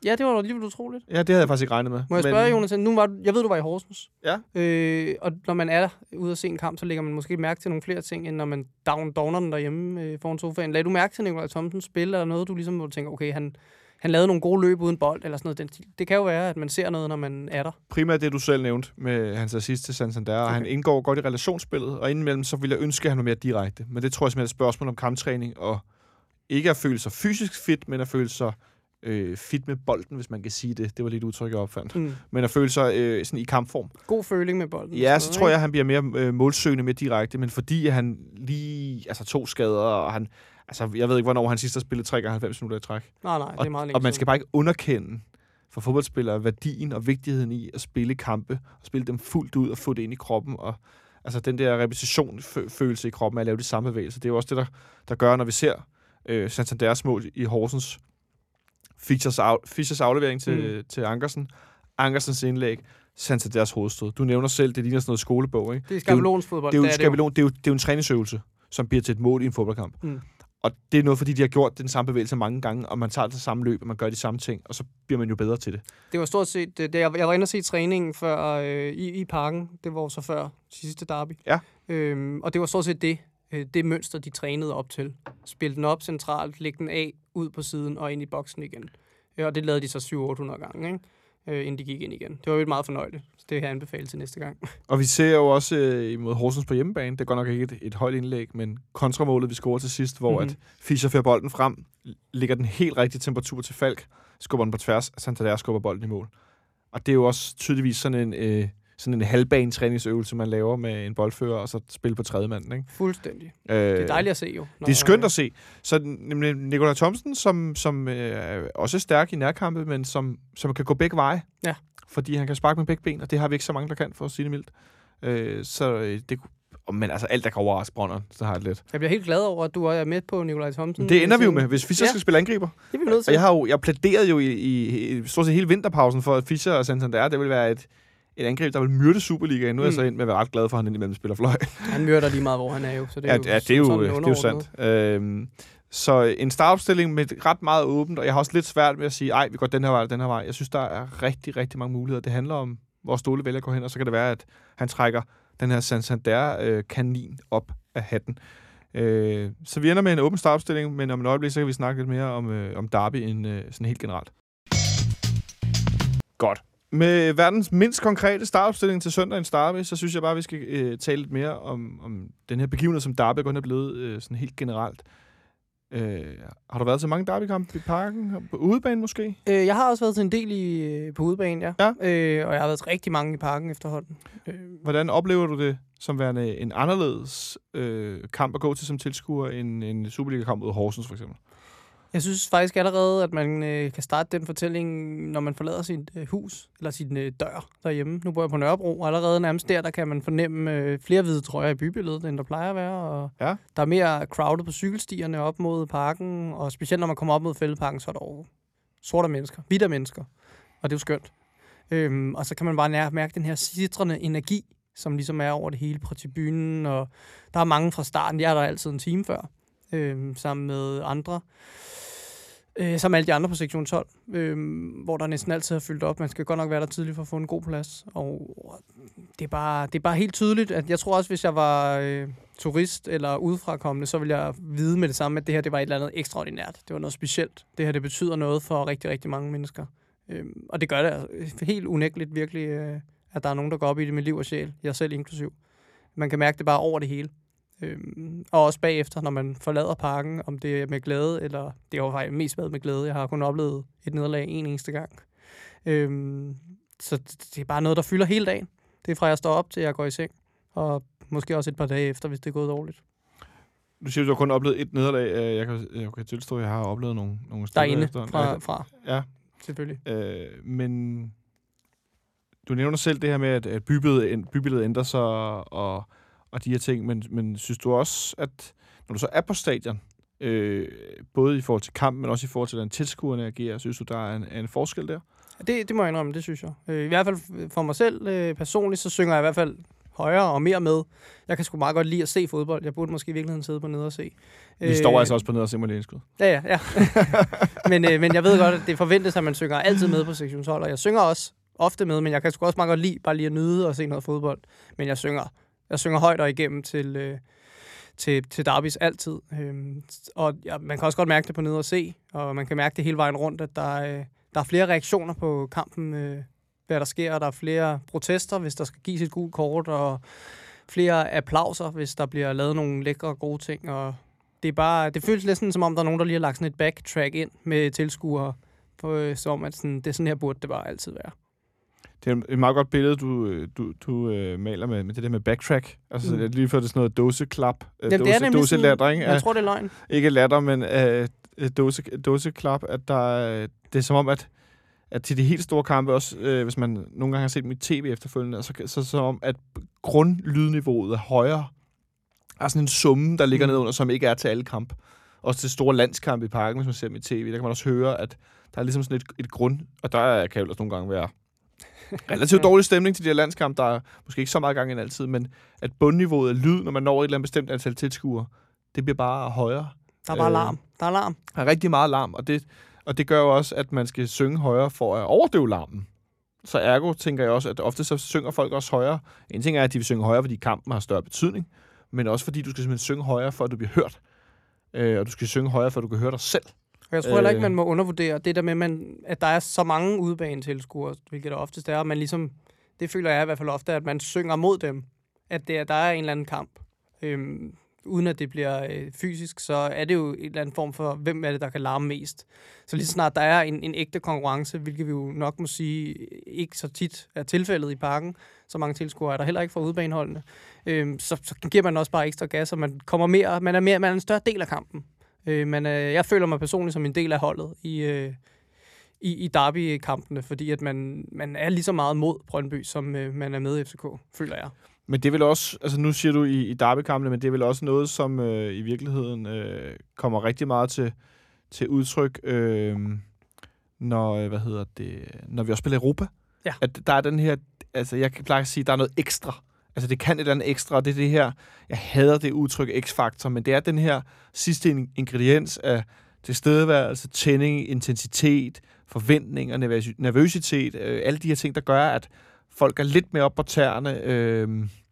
Ja, det var alligevel utroligt. Ja, det havde jeg faktisk ikke regnet med. Må jeg men... spørge, Jonas? Nu var, jeg ved, du var i Horsens. Ja. Øh, og når man er ude at se en kamp, så lægger man måske mærke til nogle flere ting, end når man down, downer den derhjemme øh, foran sofaen. Lagde du mærke til Nikolaj Thomsens spil, eller noget, du ligesom hvor du tænker, okay, han, han lavede nogle gode løb uden bold, eller sådan noget. Det, det kan jo være, at man ser noget, når man er der. Primært det, du selv nævnte med hans assist til Santander, okay. Og han indgår godt i relationsspillet, og indimellem så ville jeg ønske, at han var mere direkte. Men det tror jeg simpelthen er et spørgsmål om kamptræning, og ikke at føle sig fysisk fit, men at føle sig øh, fit med bolden, hvis man kan sige det. Det var lidt udtryk, jeg opfandt. Mm. Men at føle sig øh, sådan i kampform. God føling med bolden. Ja, så tror jeg, at han bliver mere øh, målsøgende, mere direkte, men fordi han lige altså to skader, og han, altså jeg ved ikke, hvornår han sidst har spillet tre gange halvfems minutter i træk. Nej, nej, det er meget længe. Og man skal bare ikke underkende for fodboldspillere værdien og vigtigheden i at spille kampe, og spille dem fuldt ud og få det ind i kroppen, og altså den der repetitionsfølelse i kroppen af at lave de samme bevægelser. Det er jo også det, der, der gør, når vi ser øh, Santanders mål i Horsens, Fischers, af, Fischers aflevering til, mm. til Ankersen, Ankersens indlæg, Santanders hovedstød. Du nævner selv, det ligner sådan noget skolebog, ikke? Det er skabelonsfodbold. Det er jo, det er jo, skabelon, det er jo, det er jo en træningsøvelse, som bliver til et mål i en fodboldkamp. Mm. Og det er noget, fordi de har gjort den samme bevægelse mange gange, og man tager det samme løb, og man gør de samme ting, og så bliver man jo bedre til det. Det var stort set det. Jeg var inde og se træningen før øh, i, i parken. Det var så før sidste derby. Ja. Øhm, og det var stort set det, øh, det mønster, de trænede op til. Spille den op centralt, lægge den af, ud på siden og ind i boksen igen. Ja, og det lavede de så syv otte hundrede gange, ikke? Øh, inden de gik ind igen. Det var jo et meget fornøjeligt. Så det har jeg anbefalet til næste gang. Og vi ser jo også øh, imod Horsens på hjemmebane, det er godt nok ikke et, et højt indlæg, men kontramålet, vi scorer til sidst, hvor mm-hmm. at Fischer fører bolden frem, ligger den helt rigtige temperatur til Falk, skubber den på tværs, og Santander skubber bolden i mål. Og det er jo også tydeligvis sådan en, øh, sådan en halvbane-træningsøvelse, man laver med en boldfører, og så spille på tredje manden, ikke? Fuldstændig. Øh, det er dejligt at se, jo. Det er skønt at se. Så Nikolaj Thomsen, som, som øh, også er stærk i nærkampe, men som, som kan gå begge veje. Ja. Fordi han kan sparke med begge ben, og det har vi ikke så mange, der kan, for at sige det mildt. Øh, så det, men altså alt, der kan overraske Brønderen, så har jeg det lidt. Jeg bliver helt glad over, at du er med på Nikolaj Thomsen. Det ender vi jo med, hvis Fischer ja. skal spille angriber. Det er vi nødt til. Og jeg har jo jeg plæderede jo i, i, i stort set hele vinterpausen for, at Fischer og Santander, det vil være et et angreb, der vil myrde Superligaen. Nu er jeg så ind med at være ret glad for, at han indimellem spiller fløj. Han myrder lige meget, hvor han er jo. Så det er ja, jo, ja, det er jo, det er jo sandt. Øhm, så en startopstilling med ret meget åbent, og jeg har også lidt svært med at sige, ej, vi går den her vej, den her vej. Jeg synes, der er rigtig, rigtig mange muligheder. Det handler om, hvor Ståle vælger at gå hen, og så kan det være, at han trækker den her Santander-kanin op af hatten. Øh, så vi ender med en åben startopstilling, men om et øjeblik, så kan vi snakke lidt mere om, øh, om derby end øh, sådan helt generelt. Godt. Med verdens mindst konkrete startopstilling til søndagens derby, så synes jeg bare, at vi skal øh, tale lidt mere om, om den her begivenhed, som derby kun er blevet øh, sådan helt generelt. Øh, har du været til mange derbykampe i parken? På udebane måske? Øh, jeg har også været til en del i, på udebane, ja. ja. Øh, og jeg har været til rigtig mange i parken efterhånden. Øh. Hvordan oplever du det som værende en anderledes øh, kamp at gå til som tilskuer end en Superliga-kamp mod Horsens for eksempel? Jeg synes faktisk allerede, at man øh, kan starte den fortælling, når man forlader sit øh, hus, eller sin øh, dør derhjemme. Nu bor jeg på Nørrebro, og allerede nærmest der, der kan man fornemme øh, flere hvide trøjer i bybilledet, end der plejer at være. Og ja. Der er mere crowded på cykelstierne op mod parken, og specielt når man kommer op mod Fælledparken, så er der over sorte mennesker, hvide mennesker, og det er jo skønt. Øhm, og så kan man bare nær- mærke den her citrende energi, som ligesom er over det hele på tribunen, og der er mange fra starten. Jeg er der altid en time før, øh, sammen med andre. Øh, som alle de andre på sektion tolv, øh, hvor der næsten altid er fyldt op. Man skal godt nok være der tidligt for at få en god plads. Og det er bare, det er bare helt tydeligt, at jeg tror også, hvis jeg var øh, turist eller udefrakommende, så ville jeg vide med det samme, at det her det var et eller andet ekstraordinært. Det var noget specielt. Det her det betyder noget for rigtig, rigtig mange mennesker. Øh, og det gør det altså, helt unægteligt virkelig, øh, at der er nogen, der går op i det med liv og sjæl. Jeg selv inklusiv. Man kan mærke det bare over det hele. Øhm, og også bagefter, når man forlader parken, om det er med glæde, eller det har faktisk mest været med glæde. Jeg har kun oplevet et nederlag en eneste gang. Øhm, så det er bare noget, der fylder hele dagen. Det er fra jeg står op til jeg går i seng, og måske også et par dage efter, hvis det er gået dårligt. Du siger, du har kun oplevet et nederlag. Jeg kan, jeg kan tilstå, at jeg har oplevet nogle, nogle steder. Derinde efter. fra, fra. Ja. Selvfølgelig. Øh, men du nævner selv det her med, at, at bybilledet, bybilledet ændrer sig, og og de her ting, men, men synes du også, at når du så er på stadion, øh, både i forhold til kampen, men også i forhold til, hvordan tilskuerne agerer, synes du, der er en, er en forskel der? Det, det må jeg indrømme, det synes jeg. Øh, I hvert fald for mig selv øh, personligt, så synger jeg i hvert fald højere og mere med. Jeg kan sgu meget godt lide at se fodbold. Jeg burde måske i virkeligheden sidde på nede og se. Vi står øh, altså også på nede og se Marlene-skud. Ja, ja, ja. men, øh, men jeg ved godt, at det forventes, at man synger altid med på sektionshold, og jeg synger også ofte med, men jeg kan sgu også meget godt lide bare lige at nyde og se noget fodbold. Men jeg synger, jeg synger højt og igennem til, øh, til, til derbys altid. Øhm, og ja, man kan også godt mærke det på nede og se, og man kan mærke det hele vejen rundt, at der, øh, der er flere reaktioner på kampen, øh, hvad der sker, og der er flere protester, hvis der skal gives et gult kort, og flere applauser, hvis der bliver lavet nogle lækre og gode ting, og det er bare, det føles næsten som om, der er nogen, der lige har lagt sådan et backtrack ind med tilskuere, på, som at sådan, det er sådan her burde det bare altid være. Det er et meget godt billede, du, du, du øh, maler med, med det der med backtrack. Altså mm. lige før det er sådan noget dåseklap. Jamen, dåse, det er dåse latter, ikke? Jeg tror, det er løgn. Ikke latter, men øh, dåse, dåseklap. At der, det er som om, at, at til de helt store kampe, også øh, hvis man nogle gange har set dem i tv efterfølgende, så, så, så som om, at grundlydniveauet er højere. Der er sådan en summe, der ligger mm. nedunder, som ikke er til alle kampe. Også til store landskampe i parken, hvis man ser dem i tv. Der kan man også høre, at der er ligesom sådan et, et grund, og der kan jo også nogle gange være relativt dårlig stemning til de her landskampe. Der er måske ikke så meget gang end altid, men at bundniveauet af lyd, når man når et eller andet bestemt antal tilskuere, det bliver bare højere. Der er bare larm. Der er larm. Der er rigtig meget larm, og det, og det gør jo også, at man skal synge højere for at overdøve larmen. Så ergo tænker jeg også, at ofte så synger folk også højere. En ting er, at de vil synge højere, fordi kampen har større betydning, men også fordi du skal simpelthen synge højere, for at du bliver hørt. Øh, og du skal synge højere, for at du kan høre dig selv. Og jeg tror heller ikke, man må undervurdere det der med, man, at der er så mange udbanetilskuere, hvilket der oftest er, man ligesom, det føler jeg i hvert fald ofte, at man synger mod dem, at det, der er en eller anden kamp. Øhm, uden at det bliver øh, fysisk, så er det jo en eller anden form for, hvem er det, der kan larme mest. Så lige så snart der er en, en ægte konkurrence, hvilket vi jo nok må sige ikke så tit er tilfældet i parken, så mange tilskuere er der heller ikke fra udbaneholdene, øhm, så, så giver man også bare ekstra gas, og man kommer mere, man er, mere, man er en større del af kampen. Øh, men øh, jeg føler mig personligt som en del af holdet i, øh, i, i derby-kampene, fordi at man, man er lige så meget mod Brøndby, som øh, man er med i F C K, føler jeg. Men det vil også, altså nu siger du i, i derby-kampene, men det er vel også noget, som øh, i virkeligheden øh, kommer rigtig meget til, til udtryk, øh, når, hvad hedder det, når vi også spiller Europa. Ja. At der er den her, altså jeg kan pleje at sige, der er noget ekstra. Altså det kan et eller andet ekstra, og det er det her, jeg hader det udtryk X-faktor, men det er den her sidste ingrediens af tilstedeværelse, tænding, intensitet, forventning og nervøsitet, øh, alle de her ting, der gør, at folk er lidt mere op på tæerne. Øh,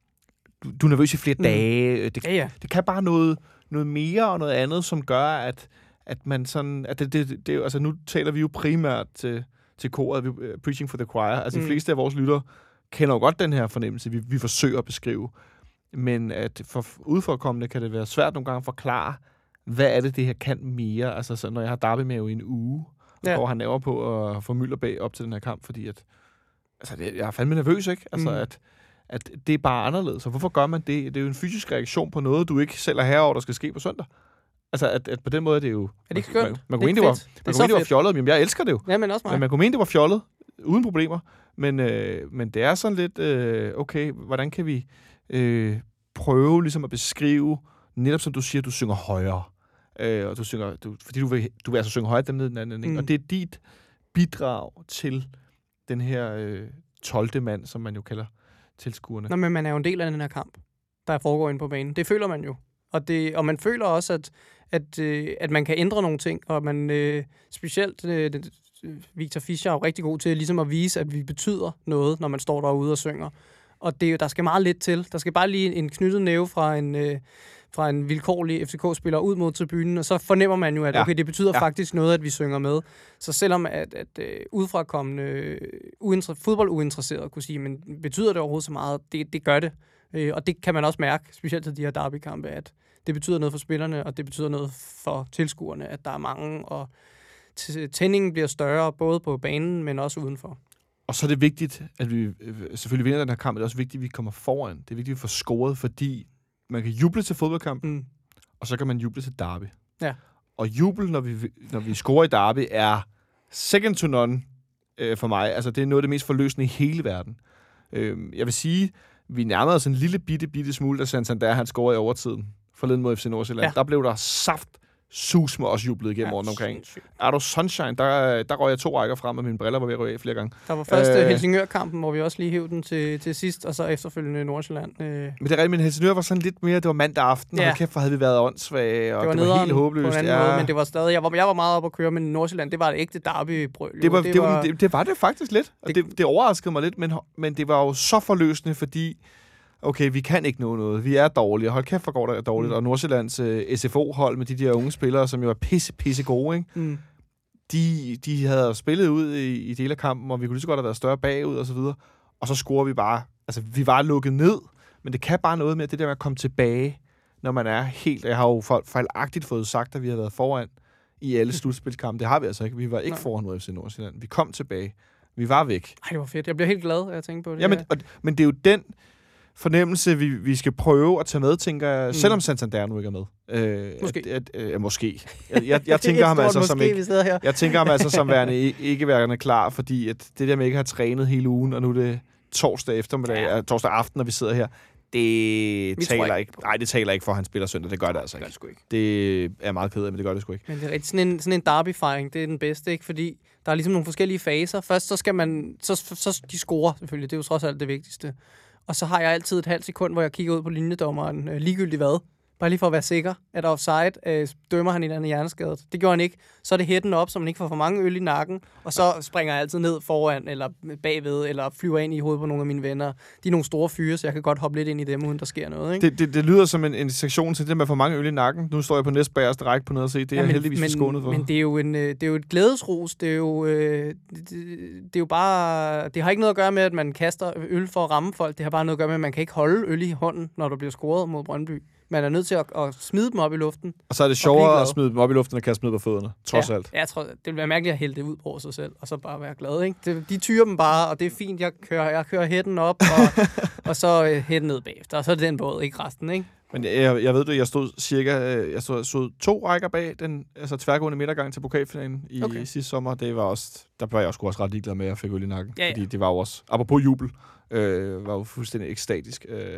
du, du er nervøs i flere mm. dage. Det, ja, ja. det kan bare noget, noget mere og noget andet, som gør, at, at man sådan, at det, det, det, altså nu taler vi jo primært til, til koret, vi, uh, preaching for the choir, altså mm. de fleste af vores lyttere kender jo godt den her fornemmelse, vi, vi forsøger at beskrive. Men at for udforkommende kan det være svært nogle gange at forklare, hvad er det, det her kan mere. Altså, så når jeg har derby med jo i en uge, og ja. går han naver på at få mylder bag op til den her kamp, fordi at, altså, det, jeg er fandme nervøs, ikke? Altså, mm. at, at det er bare anderledes. Så hvorfor gør man det? Det er jo en fysisk reaktion på noget, du ikke selv er herover, der skal ske på søndag. Altså, at, at på den måde er det jo... Er det ikke skønt? Man, man kunne mene, det var, man kunne mene, det var fjollet, men jeg elsker det jo. Ja, men også mig. Men man kunne mene, det var fjollet, uden problemer. Men, øh, men det er sådan lidt, øh, okay, hvordan kan vi øh, prøve ligesom at beskrive, netop som du siger, du synger højere. Øh, og du synger, du, fordi du vil, du vil altså synge højere dem ned den anden. Mm. Og det er dit bidrag til den her øh, tolvte mand, som man jo kalder tilskuerne. Nå, men man er jo en del af den her kamp, der foregår inde på banen. Det føler man jo. Og, det, og man føler også, at, at, øh, at man kan ændre nogle ting, og man øh, specielt... Øh, det, Victor Fischer er jo rigtig god til ligesom at vise, at vi betyder noget, når man står derude og synger. Og det, der skal meget lidt til. Der skal bare lige en knyttet næve fra en, øh, fra en vilkårlig F C K-spiller ud mod tribunen, og så fornemmer man jo, at okay, det betyder ja. faktisk noget, at vi synger med. Så selvom at, at uh, udefrakommende uh, fodbolduinteresserede kunne sige, men betyder det overhovedet så meget? Det, det gør det. Uh, og det kan man også mærke, specielt til de her derbykampe, at det betyder noget for spillerne, og det betyder noget for tilskuerne, at der er mange, og tændingen bliver større, både på banen, men også udenfor. Og så er det vigtigt, at vi selvfølgelig vinder den her kamp, det er også vigtigt, at vi kommer foran. Det er vigtigt, at vi får scoret, fordi man kan juble til fodboldkampen, mm. og så kan man juble til derby. Ja. Og jubel, når vi, når vi scorer i derby, er second to none øh, for mig. Altså, det er noget af det mest forløsende i hele verden. Øh, jeg vil sige, vi nærmede os en lille bitte, bitte smule, da Santander han scorede i overtiden forleden mod F C Nordsjælland. Ja. Der blev der saft sus med også jublet igennem Ja, rundt omkring. sindssygt. Er du sunshine? Der, der røg jeg to rækker frem, og mine briller var ved at ryge af flere gange. Der var først øh, Øh. Helsingør-kampen, hvor vi også lige hævde den til, til sidst, og så efterfølgende Nordsjælland. Øh, Men det er rigtigt, men Helsingør var sådan lidt mere, det var mandag aften, Ja. og kæft, hvor havde vi været åndssvage, og det var, det var, det var helt på en håbløst. anden måde, men det var stadig... Jeg var, jeg var meget op at køre, men Nordsjælland, det var et ægte derby-brøl. Det var det, det, var, var, det, det var det faktisk lidt, og Det- det, det overraskede mig lidt, men, men det var jo så forløsende, fordi okay, vi kan ikke nå noget. Vi er dårlige. Hold kæft, hvor går det dårligt. Mm. Og Nordsjællands uh, S F O-hold med de der unge spillere, som jo er pisse, pisse gode, ikke? Mm. De, de havde spillet ud i, i dele af kampen, og vi kunne lige så godt have været større bagud og så videre. Og så scorer vi bare. Altså, vi var lukket ned, men det kan bare noget med det der med at komme tilbage, når man er helt... Jeg har jo fejlagtigt fået sagt, at vi har været foran i alle slutspilskampe. Det har vi altså ikke. Vi var ikke Nej. foran mod F C Nordsjælland. Vi kom tilbage. Vi var væk. Ej, det var fedt. Jeg bliver helt glad, at jeg tænker på det. Jamen, Ja. og, men det er jo den fornemmelse, vi, vi skal prøve at tage med, tænker jeg, Mm. selvom Santander nu ikke er med. Øh, Måske. At, at, øh, måske. Jeg, jeg, jeg Det tænker er ham et altså stort som måske, ikke... vi sidder her. Jeg tænker ham altså som værende i- ikke værende klar, fordi at det der med ikke at have trænet hele ugen, og nu er det torsdag eftermiddag, Ja. ja. torsdag aften, når vi sidder her, det Vi tror taler ikke ikke, på. nej, det taler ikke for, at han spiller søndag. Det gør det altså Det gør ikke. det sgu ikke. Det er jeg meget ked af, men det gør det sgu ikke. Men det er rigtigt. Sådan en, sådan en derby-fejring, det er den bedste, ikke? Fordi der er ligesom nogle forskellige faser. Først så skal man... Så, så de scorer selvfølgelig. Det er jo trods alt det vigtigste. Og så har jeg altid et halvt sekund, hvor jeg kigger ud på linjedommeren, øh, ligegyldigt hvad. Bare lige for at være sikker. Er der offside? Øh, dømmer han en eller anden hjerneskadet? Det gjorde han ikke. Så er det hætten op, så man ikke får for mange øl i nakken. Og så springer jeg altid ned foran, eller bagved, eller flyver ind i hovedet på nogle af mine venner. De er nogle store fyre, så jeg kan godt hoppe lidt ind i dem, uden der sker noget, ikke? Det, det, det lyder som en, en sektion til det med for mange øl i nakken. Nu står jeg på næstbagerste række på noget at se. Det er Ja, jeg men, heldigvis men, forskånet for. Men det er jo en, øh, det er jo et glædesrus. Det er jo, øh, det, det er jo bare... Det har ikke noget at gøre med, at man kaster øl for at ramme folk. Det har bare noget at gøre med, at man kan ikke holde øl i hånden, når der bliver scoret mod Brøndby. Man er nødt til at, at smide dem op i luften. Og så er det blive sjovere glad. at smide dem op i luften, end at kaste dem ud på fødderne. Trods ja, alt. Ja, jeg tror, det vil være mærkeligt at hælde det ud over sig selv, og så bare være glad, ikke? Det, de tyrer dem bare, og det er fint. Jeg kører, jeg kører hætten op, og, og så øh, hætten ned bagefter. Og så er det den båd, ikke resten, ikke? Men jeg, jeg ved det, jeg stod cirka øh, jeg stod, stod to rækker bag den altså tværgående midtergang til pokalfinalen i Okay. okay. sidste sommer. Det var også, der var jeg sgu også ret ligeglad med, at jeg fik øl i nakken. Ja, ja. Fordi det var jo også, apropos jubel, øh, var jo fuldstændig ekstatisk. Øh.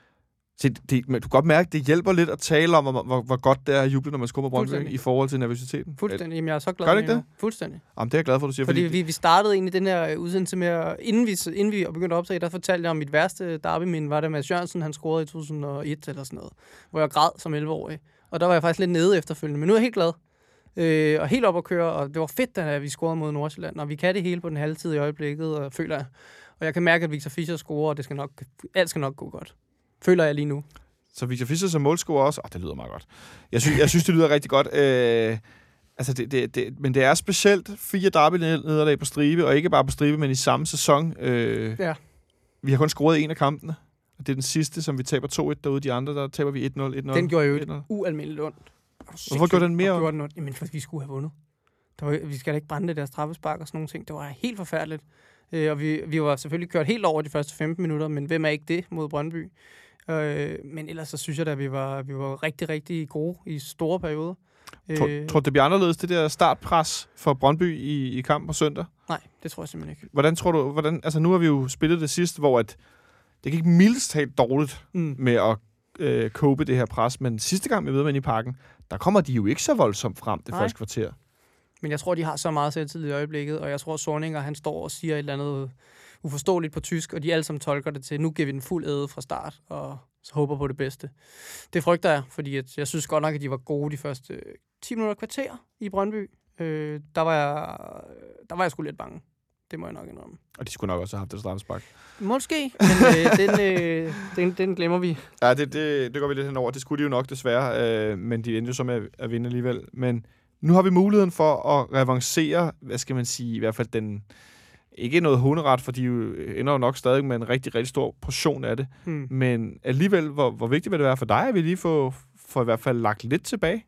Så det, men du kan godt mærke, det hjælper lidt at tale om, hvor, hvor, hvor godt det er at juble, når man skubber Brøndby Fuldstændig. i forhold til nervøsiteten. Fuldstændig. Jamen, jeg er så glad. Gør det ikke med det? Fuldstændig. Jamen, det er jeg glad for, du siger. Fordi vi, vi startede egentlig den her udsendelse med, at, inden vi, inden vi begyndte at optage, der fortalte jeg om mit værste derby-minde, var det Mads Jørgensen, han scorede i to tusind og et eller sådan noget, hvor jeg græd som elleve-årig. Og der var jeg faktisk lidt nede efterfølgende, men nu er jeg helt glad. Øh, og helt op at køre, og det var fedt, da vi scorede mod Nordsjælland, og vi kan det hele på den halve tid i øjeblikket, og føler jeg. Og jeg kan mærke, at Victor Fischer scorer, og det skal nok, alt skal nok gå godt. Føler jeg lige nu. Så Victor Fischer som målscorer også. Åh, det lyder meget godt. Jeg synes, jeg synes det lyder rigtig godt. Øh, altså det, det, det, men det er specielt fire derby-nederlag på stribe, og ikke bare på stribe, men i samme sæson. Øh, Ja. Vi har kun scoret en af kampene. Og det er den sidste, som vi taber to et derude. De andre, der taber vi et nul, et nul. Den gjorde jo et et nul. ualmindeligt ondt. Hvorfor gjorde den mere ondt? Gjorde den ondt? Jamen, for vi skulle have vundet. Der var, vi skal da ikke brænde det der straffespark og sådan nogle ting. Det var helt forfærdeligt. Øh, og vi, vi var selvfølgelig kørt helt over de første femten minutter, men hvem er ikke det mod Brøndby? Øh, men ellers så synes jeg da, at vi var, vi var rigtig, rigtig gode i store perioder. Tror, Øh, tror du, det bliver anderledes, det der startpres for Brøndby i, i kampen på søndag? nej, det tror jeg simpelthen ikke. Hvordan tror du, hvordan, altså nu har vi jo spillet det sidste, hvor at, det gik mildest talt dårligt Mm. med at øh, cope det her pres, men sidste gang vi ved med i parken, der kommer de jo ikke så voldsomt frem det Nej. første kvarter. Men jeg tror, de har så meget selvtillid i øjeblikket, og jeg tror, Sorninger, han står og siger et eller andet uforståeligt på tysk, og de alle sammen tolker det til, nu giver vi den fuld æde fra start, og så håber på det bedste. Det frygter jeg, fordi at jeg synes godt nok, at de var gode de første øh, ti minutter kvarter i Brøndby. Øh, der, var jeg, der var jeg sgu lidt bange. Det må jeg nok indrømme. Og de skulle nok også have haft det straffespark. Måske, men øh, den, øh, den, den glemmer vi. Ja, det, det, det går vi lidt henover. Det skulle de jo nok desværre, øh, men de endte jo så med at, at vinde alligevel. Men nu har vi muligheden for at revancere, hvad skal man sige, i hvert fald den, ikke noget hunderet, for de jo ender jo nok stadig med en rigtig, rigtig stor portion af det. Hmm. Men alligevel, hvor, hvor vigtigt vil det være for dig, at vi lige får, får i hvert fald lagt lidt tilbage?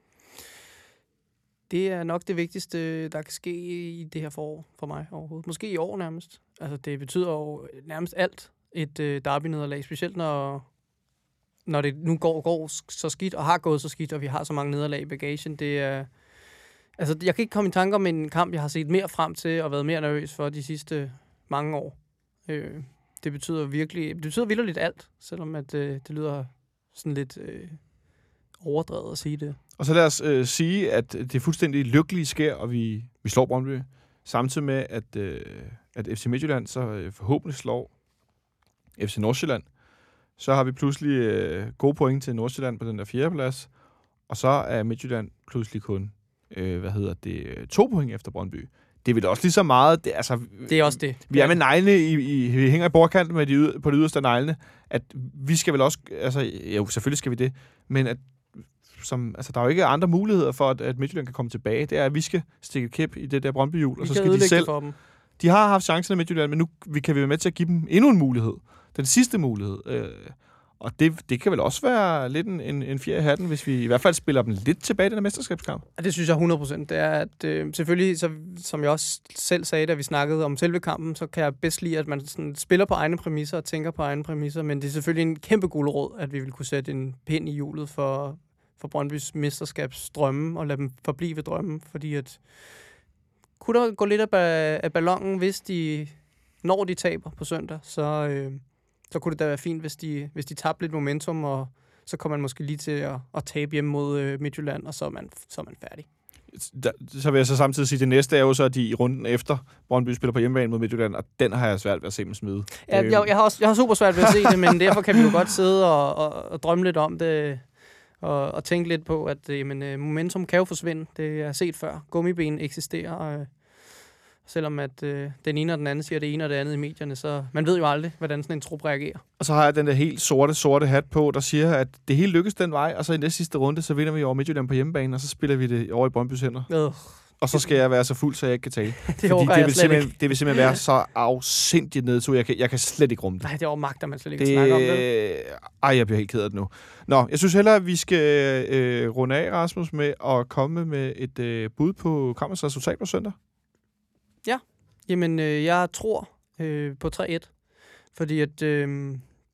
Det er nok det vigtigste, der kan ske i det her forår for mig overhovedet. Måske i år nærmest. Altså, det betyder jo nærmest alt, et øh, derby-nederlag. Specielt når, når det nu går, går så skidt, og har gået så skidt, og vi har så mange nederlag i bagagen. Det er... Altså, jeg kan ikke komme i tanke om en kamp, jeg har set mere frem til, og været mere nervøs for de sidste mange år. Øh, det betyder virkelig... Det betyder vildt lidt alt, selvom at, øh, det lyder sådan lidt... Øh, overdrevet at sige det. Og så lad os øh, sige, at det fuldstændig lykkelige sker, og vi, vi slår Brøndby. Samtidig med, at, øh, at F C Midtjylland så øh, forhåbentlig slår F C Nordsjælland. Så har vi pludselig øh, gode point til Nordsjælland på den der fjerde plads. Og så er Midtjylland pludselig kun, øh, hvad hedder det, to point efter Brøndby. Det er vel også lige så meget... Det, altså, det er også det. Vi er med neglene, i, i, vi hænger i bordkanten med de yder, på det yderste af neglene, at vi skal vel også... Altså, jo, selvfølgelig skal vi det, men at, som, altså, der er jo ikke andre muligheder for, at, at Midtjylland kan komme tilbage. Det er, at vi skal stikke et kæp i det der Brøndby-hjul, og så skal de selv... For dem. De har haft chancen i Midtjylland, men nu vi kan vi være med til at give dem endnu en mulighed. Den sidste mulighed. Øh, Og det, det kan vel også være lidt en, en, en fjer i hatten, hvis vi i hvert fald spiller dem lidt tilbage i den her mesterskabskamp. Ja, det synes jeg hundrede procent. Det er, at øh, selvfølgelig, så, som jeg også selv sagde, da vi snakkede om selve kampen, så kan jeg bedst lide, at man sådan spiller på egne præmisser og tænker på egne præmisser, men det er selvfølgelig en kæmpe gulerod, at vi vil kunne sætte en pind i hjulet for, for Brøndbys mesterskabsdrømme og lade dem forblive ved drømmen, fordi at kunne der gå lidt af, ba- af ballonen, hvis de, når de taber på søndag, så... Øh, så kunne det da være fint, hvis de, hvis de tabte lidt momentum, og så kommer man måske lige til at, at tabe hjemme mod øh, Midtjylland, og så er, man, så er man færdig. Da, så vil jeg så samtidig sige, at det næste er jo så, at de i runden efter Brøndby spiller på hjemmebane mod Midtjylland, og den har jeg svært ved at se dem smide. Ja, jeg, jeg, har også, jeg har super svært ved at se det, men derfor kan vi jo godt sidde og, og, og drømme lidt om det, og, og tænke lidt på, at jamen, momentum kan jo forsvinde. Det er set før. Gummiben eksisterer, og selvom at øh, den ene og den anden siger det ene og det andet i medierne, så man ved jo aldrig, hvordan sådan en trup reagerer. Og så har jeg den der helt sorte, sorte hat på, der siger, at det hele lykkes den vej, og så i næste sidste runde, så vinder vi over Midtjylland på hjemmebane, og så spiller vi det over i Brøndbys hænder. Øh. Og så skal jeg være så fuld, så jeg ikke kan tale. det Fordi det vil, vil simpelthen, det vil simpelthen være så afsindigt nedtur. Jeg kan, jeg kan slet ikke rumme det. Nej, det overmagter man slet ikke det, at snakke om det. Ej, jeg bliver helt ked af det nu. Nå, jeg synes hellere, at vi skal øh, runde af, Rasmus, med at komme med et øh, bud på kampens resultat på søndag. Ja. Jamen, øh, jeg tror øh, på tre et, fordi at øh,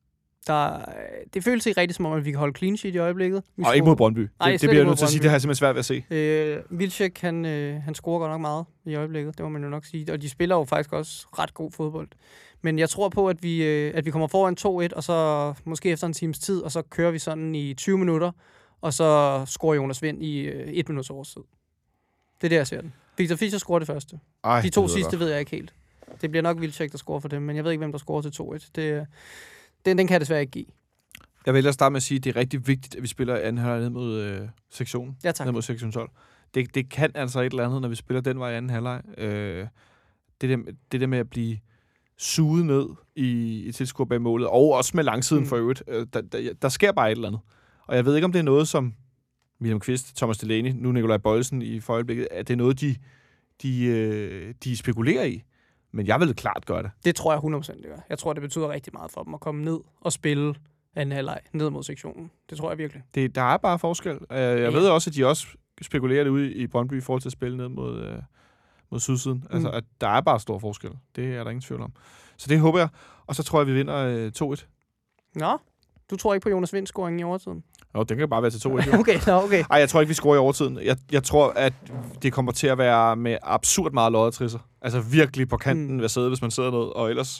der, det føles ikke rigtigt som om, at vi kan holde clean sheet i øjeblikket. Vi og ikke mod Brøndby. Det, Ej, det bliver jeg nødt til at sige, det har jeg simpelthen svært ved at se. Øh, Wilczek, han, øh, han scorer godt nok meget i øjeblikket, det må man jo nok sige, og de spiller jo faktisk også ret god fodbold. Men jeg tror på, at vi, øh, at vi kommer foran to et, og så måske efter en times tid, og så kører vi sådan i tyve minutter, og så scorer Jonas Vind i øh, et minuts overtid. Det er der, jeg ser den. Victor Fischer scorer det første. Ej, de to det sidste ved jeg ikke helt. Det bliver nok Wilczek, der scorer for dem, men jeg ved ikke, hvem der scorer til to et. Det, den, den kan jeg desværre ikke give. Jeg vil ellers starte med at sige, at det er rigtig vigtigt, at vi spiller anden halvleg ned mod øh, sektionen. Ja, tak. Ned mod sektion tolv. Det, det kan altså et eller andet, når vi spiller den vej i anden halvleg. Øh, det, der, det der med at blive suget ned i, i tilskuer bag målet, og også med langsiden mm. for øvrigt. Øh, der, der, der sker bare et eller andet. Og jeg ved ikke, om det er noget, som William Kvist, Thomas Delaney, nu Nikolaj Boilsen i forøjeblikket, at det er noget, de, de, øh, de spekulerer i. Men jeg vil klart gøre det. Det tror jeg hundrede procent, det gør. Jeg tror, det betyder rigtig meget for dem at komme ned og spille anden halvleg ned mod sektionen. Det tror jeg virkelig. Det, der er bare forskel. Jeg ja. ved også, at de også spekulerer det ude i Brøndby i forhold til at spille ned mod, øh, mod sydsiden. Mm. Altså, at der er bare stor forskel. Det er der ingen tvivl om. Så det håber jeg. Og så tror jeg, vi vinder øh, to et. Nå, du tror ikke på Jonas Vinds scoring i overtiden? Nå, den kan bare være til to et. okay, no, okay. Ej, jeg tror ikke, vi scorer i overtiden. Jeg, jeg tror, at det kommer til at være med absurd meget loddetrisser. Altså virkelig på kanten mm. ved sæde, hvis man sidder ned. Og ellers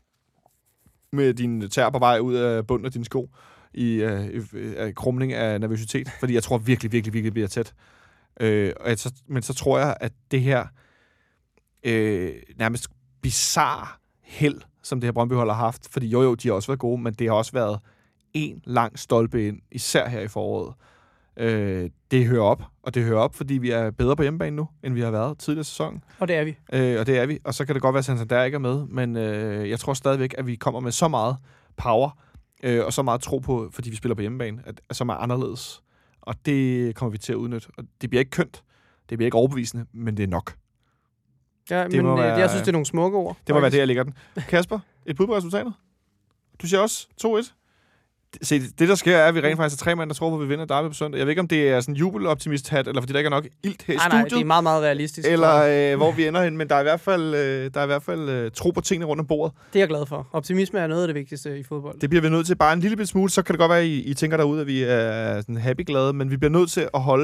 med din tær på vej ud af bunden af dine sko i uh, krumning af nervøsitet. Fordi jeg tror virkelig, virkelig, virkelig bliver tæt. Øh, og så, men så tror jeg, at det her øh, nærmest bizarre held, som det her Brøndby-hold har haft, fordi jo jo, de har også været gode, men det har også været en lang stolpe ind, især her i foråret. Øh, det hører op, og det hører op, fordi vi er bedre på hjemmebane nu, end vi har været tidligere i sæsonen. Og det er vi. Øh, og det er vi, og så kan det godt være, at Santander ikke er med, men øh, jeg tror stadigvæk, at vi kommer med så meget power, øh, og så meget tro på, fordi vi spiller på hjemmebane, at, at som er anderledes. Og det kommer vi til at udnytte. Og det bliver ikke kønt, det bliver ikke overbevisende, men det er nok. Ja, det men være, jeg synes, det er nogle smukke ord. Det må faktisk være det, jeg lægger den. Kasper, et bud på resultatet? Du siger også to et? Se, det der sker er, at vi rent faktisk er tre mand, der tror på, at vi vinder derby på søndag. Jeg ved ikke, om det er sådan en jubeloptimist-hat, eller fordi der ikke er nok ilt her i nej, studiet. Nej, det er meget, meget realistisk. Eller øh, hvor vi ender hen, men der er i hvert fald, øh, der er i hvert fald øh, tro på tingene rundt om bordet. Det er jeg glad for. Optimisme er noget af det vigtigste i fodbold. Det bliver vi nødt til bare en lille smule, så kan det godt være, at I, I tænker derude, at vi er sådan happy-glade, men vi bliver nødt til at holde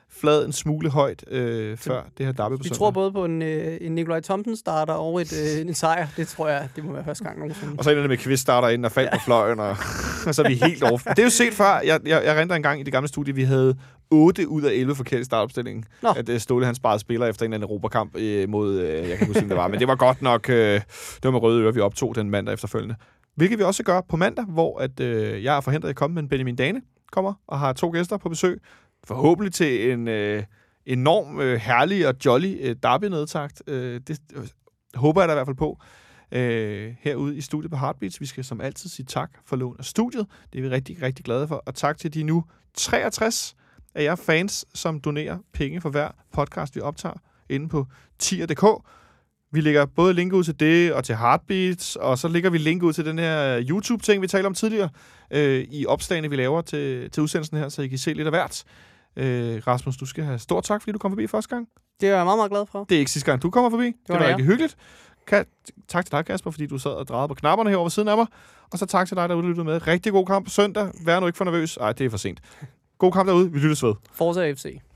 flad en smule højt øh, før det her derby på Vi søndag. tror både på en, øh, en Nikolaj Thomsen starter og et, øh, en sejr. Det tror jeg, det må være første gang nogensinde. Og så ender det med Kvist starter ind og faldt ja. på fløjen, og, og så er vi helt off. Det er jo set før. Jeg, jeg, jeg render en gang i det gamle studie, vi havde otte ud af elleve forkerte i startopstillingen. Nå. At uh, Ståle han sparede spillere efter en eller anden Europakamp øh, mod, øh, jeg kan ikke huske, hvem det var, men det var godt nok, øh, det var med røde ører, vi optog den mandag efterfølgende. Hvilket vi også gør på mandag, hvor at, øh, jeg er forhindret at komme, men Benjamin Dane kommer og har to gæster på besøg. Forhåbentlig til en øh, enorm øh, herlig og jolly øh, derby-nedtakt. Øh, det øh, håber jeg da i hvert fald på. Øh, herude i studiet på Heartbeats. Vi skal som altid sige tak for lån af studiet. Det er vi rigtig, rigtig glade for. Og tak til de nu treogtres af jer fans, som donerer penge for hver podcast, vi optager inde på tier punktum d k. Vi lægger både link ud til det og til Heartbeats, og så lægger vi link ud til den her YouTube-ting, vi talte om tidligere, øh, i opslagene, vi laver til, til udsendelsen her, så I kan se lidt af hvert. Øh, Rasmus, du skal have stor tak, fordi du kom forbi første gang. Det er jeg meget, meget glad for. Det er ikke sidste gang, du kommer forbi. Det var, det var rigtig hyggeligt. Kan, tak til dig, Kasper, fordi du sad og drejede på knapperne herovre ved siden af mig. Og så tak til dig, der udlyttede med. Rigtig god kamp på søndag. Vær nu ikke for nervøs. Ej, det er for sent. God kamp derude. Vi lyttes ved. Forza F C.